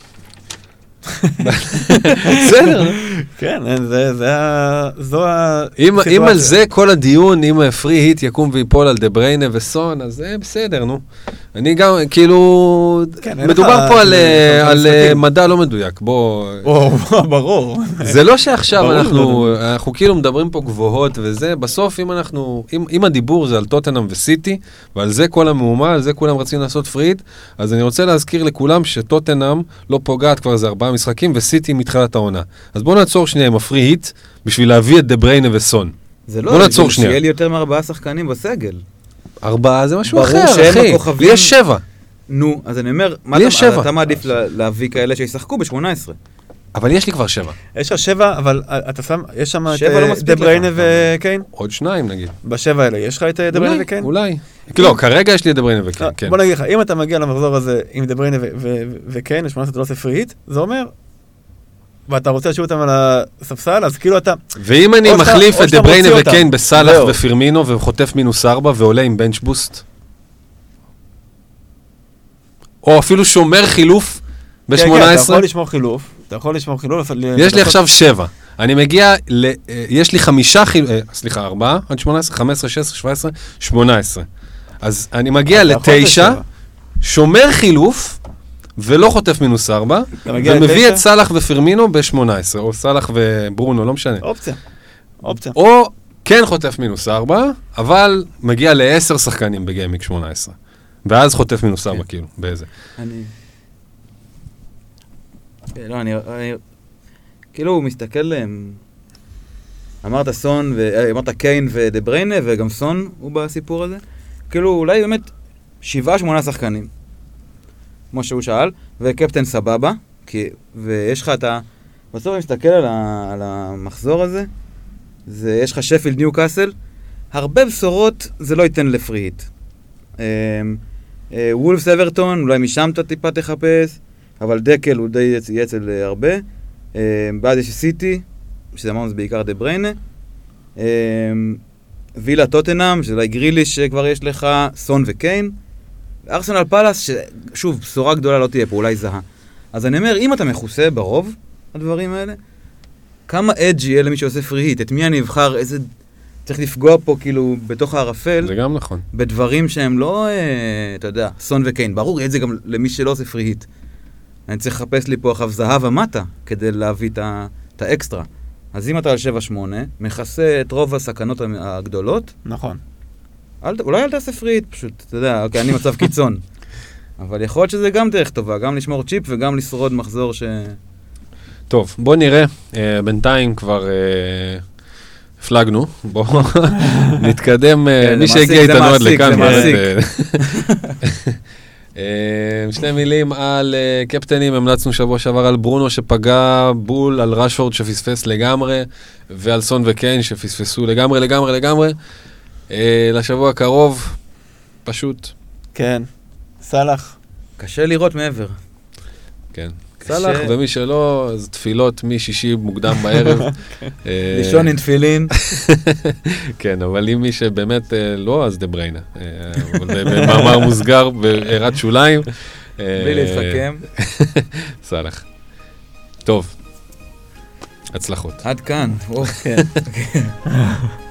בסדר. כן, זו הסיטואציה. אם על זה כל הדיון, אם הפרי היט יקום ויפול על דה בריינה וסון, אז זה בסדר, נו. אני גם, כאילו, מדובר פה על מדע לא מדויק, בוא... ברור. זה לא שעכשיו אנחנו כאילו מדברים פה גבוהות וזה, בסוף אם הדיבור זה על טוטנהאם וסיטי, ועל זה כל המהומה, על זה כולם רצים לעשות פריט, אז אני רוצה להזכיר לכולם שטוטנהאם לא פוגעת כבר זה 4 משחקים, וסיטי מתחילת העונה. אז בואו נעצור שנייה עם הפרי היט, בשביל להביא את דה בריינה וסון. זה לא, זה שיהיה לי יותר מ4 שחקנים בסגל. 4 זה משהו אחר, אחי. לי יש 7. נו, אז אני אומר, אתה מעדיף להביא כאלה שישחקו ב-18. אבל יש לי כבר 7. יש לך 7, אבל אתה שם, יש שם את דה בריינה וקיין? עוד 2 נגיד. ב7 האלה, יש לך את דה בריינה וקיין? אולי. לא, כרגע יש לי דה בריינה וקיין. בוא נגיד לך, אם אתה מגיע למחזור הזה עם דה בריינה וקיין, ב-18 אתה לא עושה פרי היט, זה אומר, ואתה רוצה לשאול אותם על הספסל, אז כאילו אתה... ואם אני מחליף את דה בריינה וקיין בסלח ופירמינו וחוטף -4 ועולה עם בנץ' בוסט, או אפילו שומר חילוף ב-18. כן, אתה יכול לשמור חילוף. יש לי עכשיו 7. אני מגיע, יש לי 5 סליחה, 4 עד 18, 15, 16, 17, 18. אז אני מגיע ל9, שומר חילוף, ולא חוטף -4, ומביא את סלח ופירמינו ב-18, או סלח וברונו, לא משנה. אופציה. או כן חוטף -4, אבל מגיע ל10 שחקנים בגיימיק 18. ואז חוטף -4 כאילו, באיזה. אני כאילו הוא מסתכל, אמרת סון, אמרת קיין ודה בריינה, וגם סון הוא בסיפור הזה. כאילו אולי באמת 7-8 שחקנים, כמו שהוא שאל, וקפטן סבבה, ויש לך את בסוף אני מסתכל על המחזור הזה, יש לך שפילד ניו קאסל, הרבה בשורות זה לא ייתן לפריט. וולפס אברטון, אולי משם אתה טיפה תחפש, אבל דקל הוא די יהיה אצל הרבה. בעד יש סיטי, שזה אמרנו זה בעיקר דה בריינה. וילה טוטנאם, שזה אולי גריליש שכבר יש לך, סון וקיין. ארסנל פלאס, ששוב, בשורה גדולה לא תהיה פה, אולי זהה. אז אני אומר, אם אתה מכוסה ברוב הדברים האלה, כמה אדג' יהיה למי שעושה פרי-היט? את מי אני אבחר? איזה... צריך לפגוע פה כאילו בתוך הערפל. זה גם נכון. בדברים שהם לא, אתה יודע, סון וקיין. ברור, יהיה את זה גם למי שלא עושה פרי-היט. אני צריך לחפש לי פה אחר זהב ומטה, כדי להביא את האקסטרה. אז אם אתה על 7-8, מכסה את רוב הסכנות הגדולות. נכון. אולי אל תעשה פרי-היט פשוט, אתה יודע, אוקיי, אני מצב קיצון. אבל יכול להיות שזה גם דרך טובה, גם לשמור צ'יפ וגם לשרוד מחזור טוב, בוא נראה. בינתיים כבר הפלגנו. בואו נתקדם. מי שהגיע איתנו עד לכאן. שני מילים על קפטנים. המלצנו שבוע שעבר על ברונו שפגע בול, על רשפורד שפספס לגמרי, ועל סון וקיין שפספסו לגמרי. לשבוע הקרוב, פשוט. כן. סלח. קשה לראות מעבר. כן. סלח, ומי שלא, אז תפילות משישי מוקדם בערב. לישון עם תפילין. כן, אבל אם מי שבאמת לא, אז דה בריינה. במאמר מוסגר, בעירת שוליים. בלי להתחכם. סלח. טוב. הצלחות. עד כאן.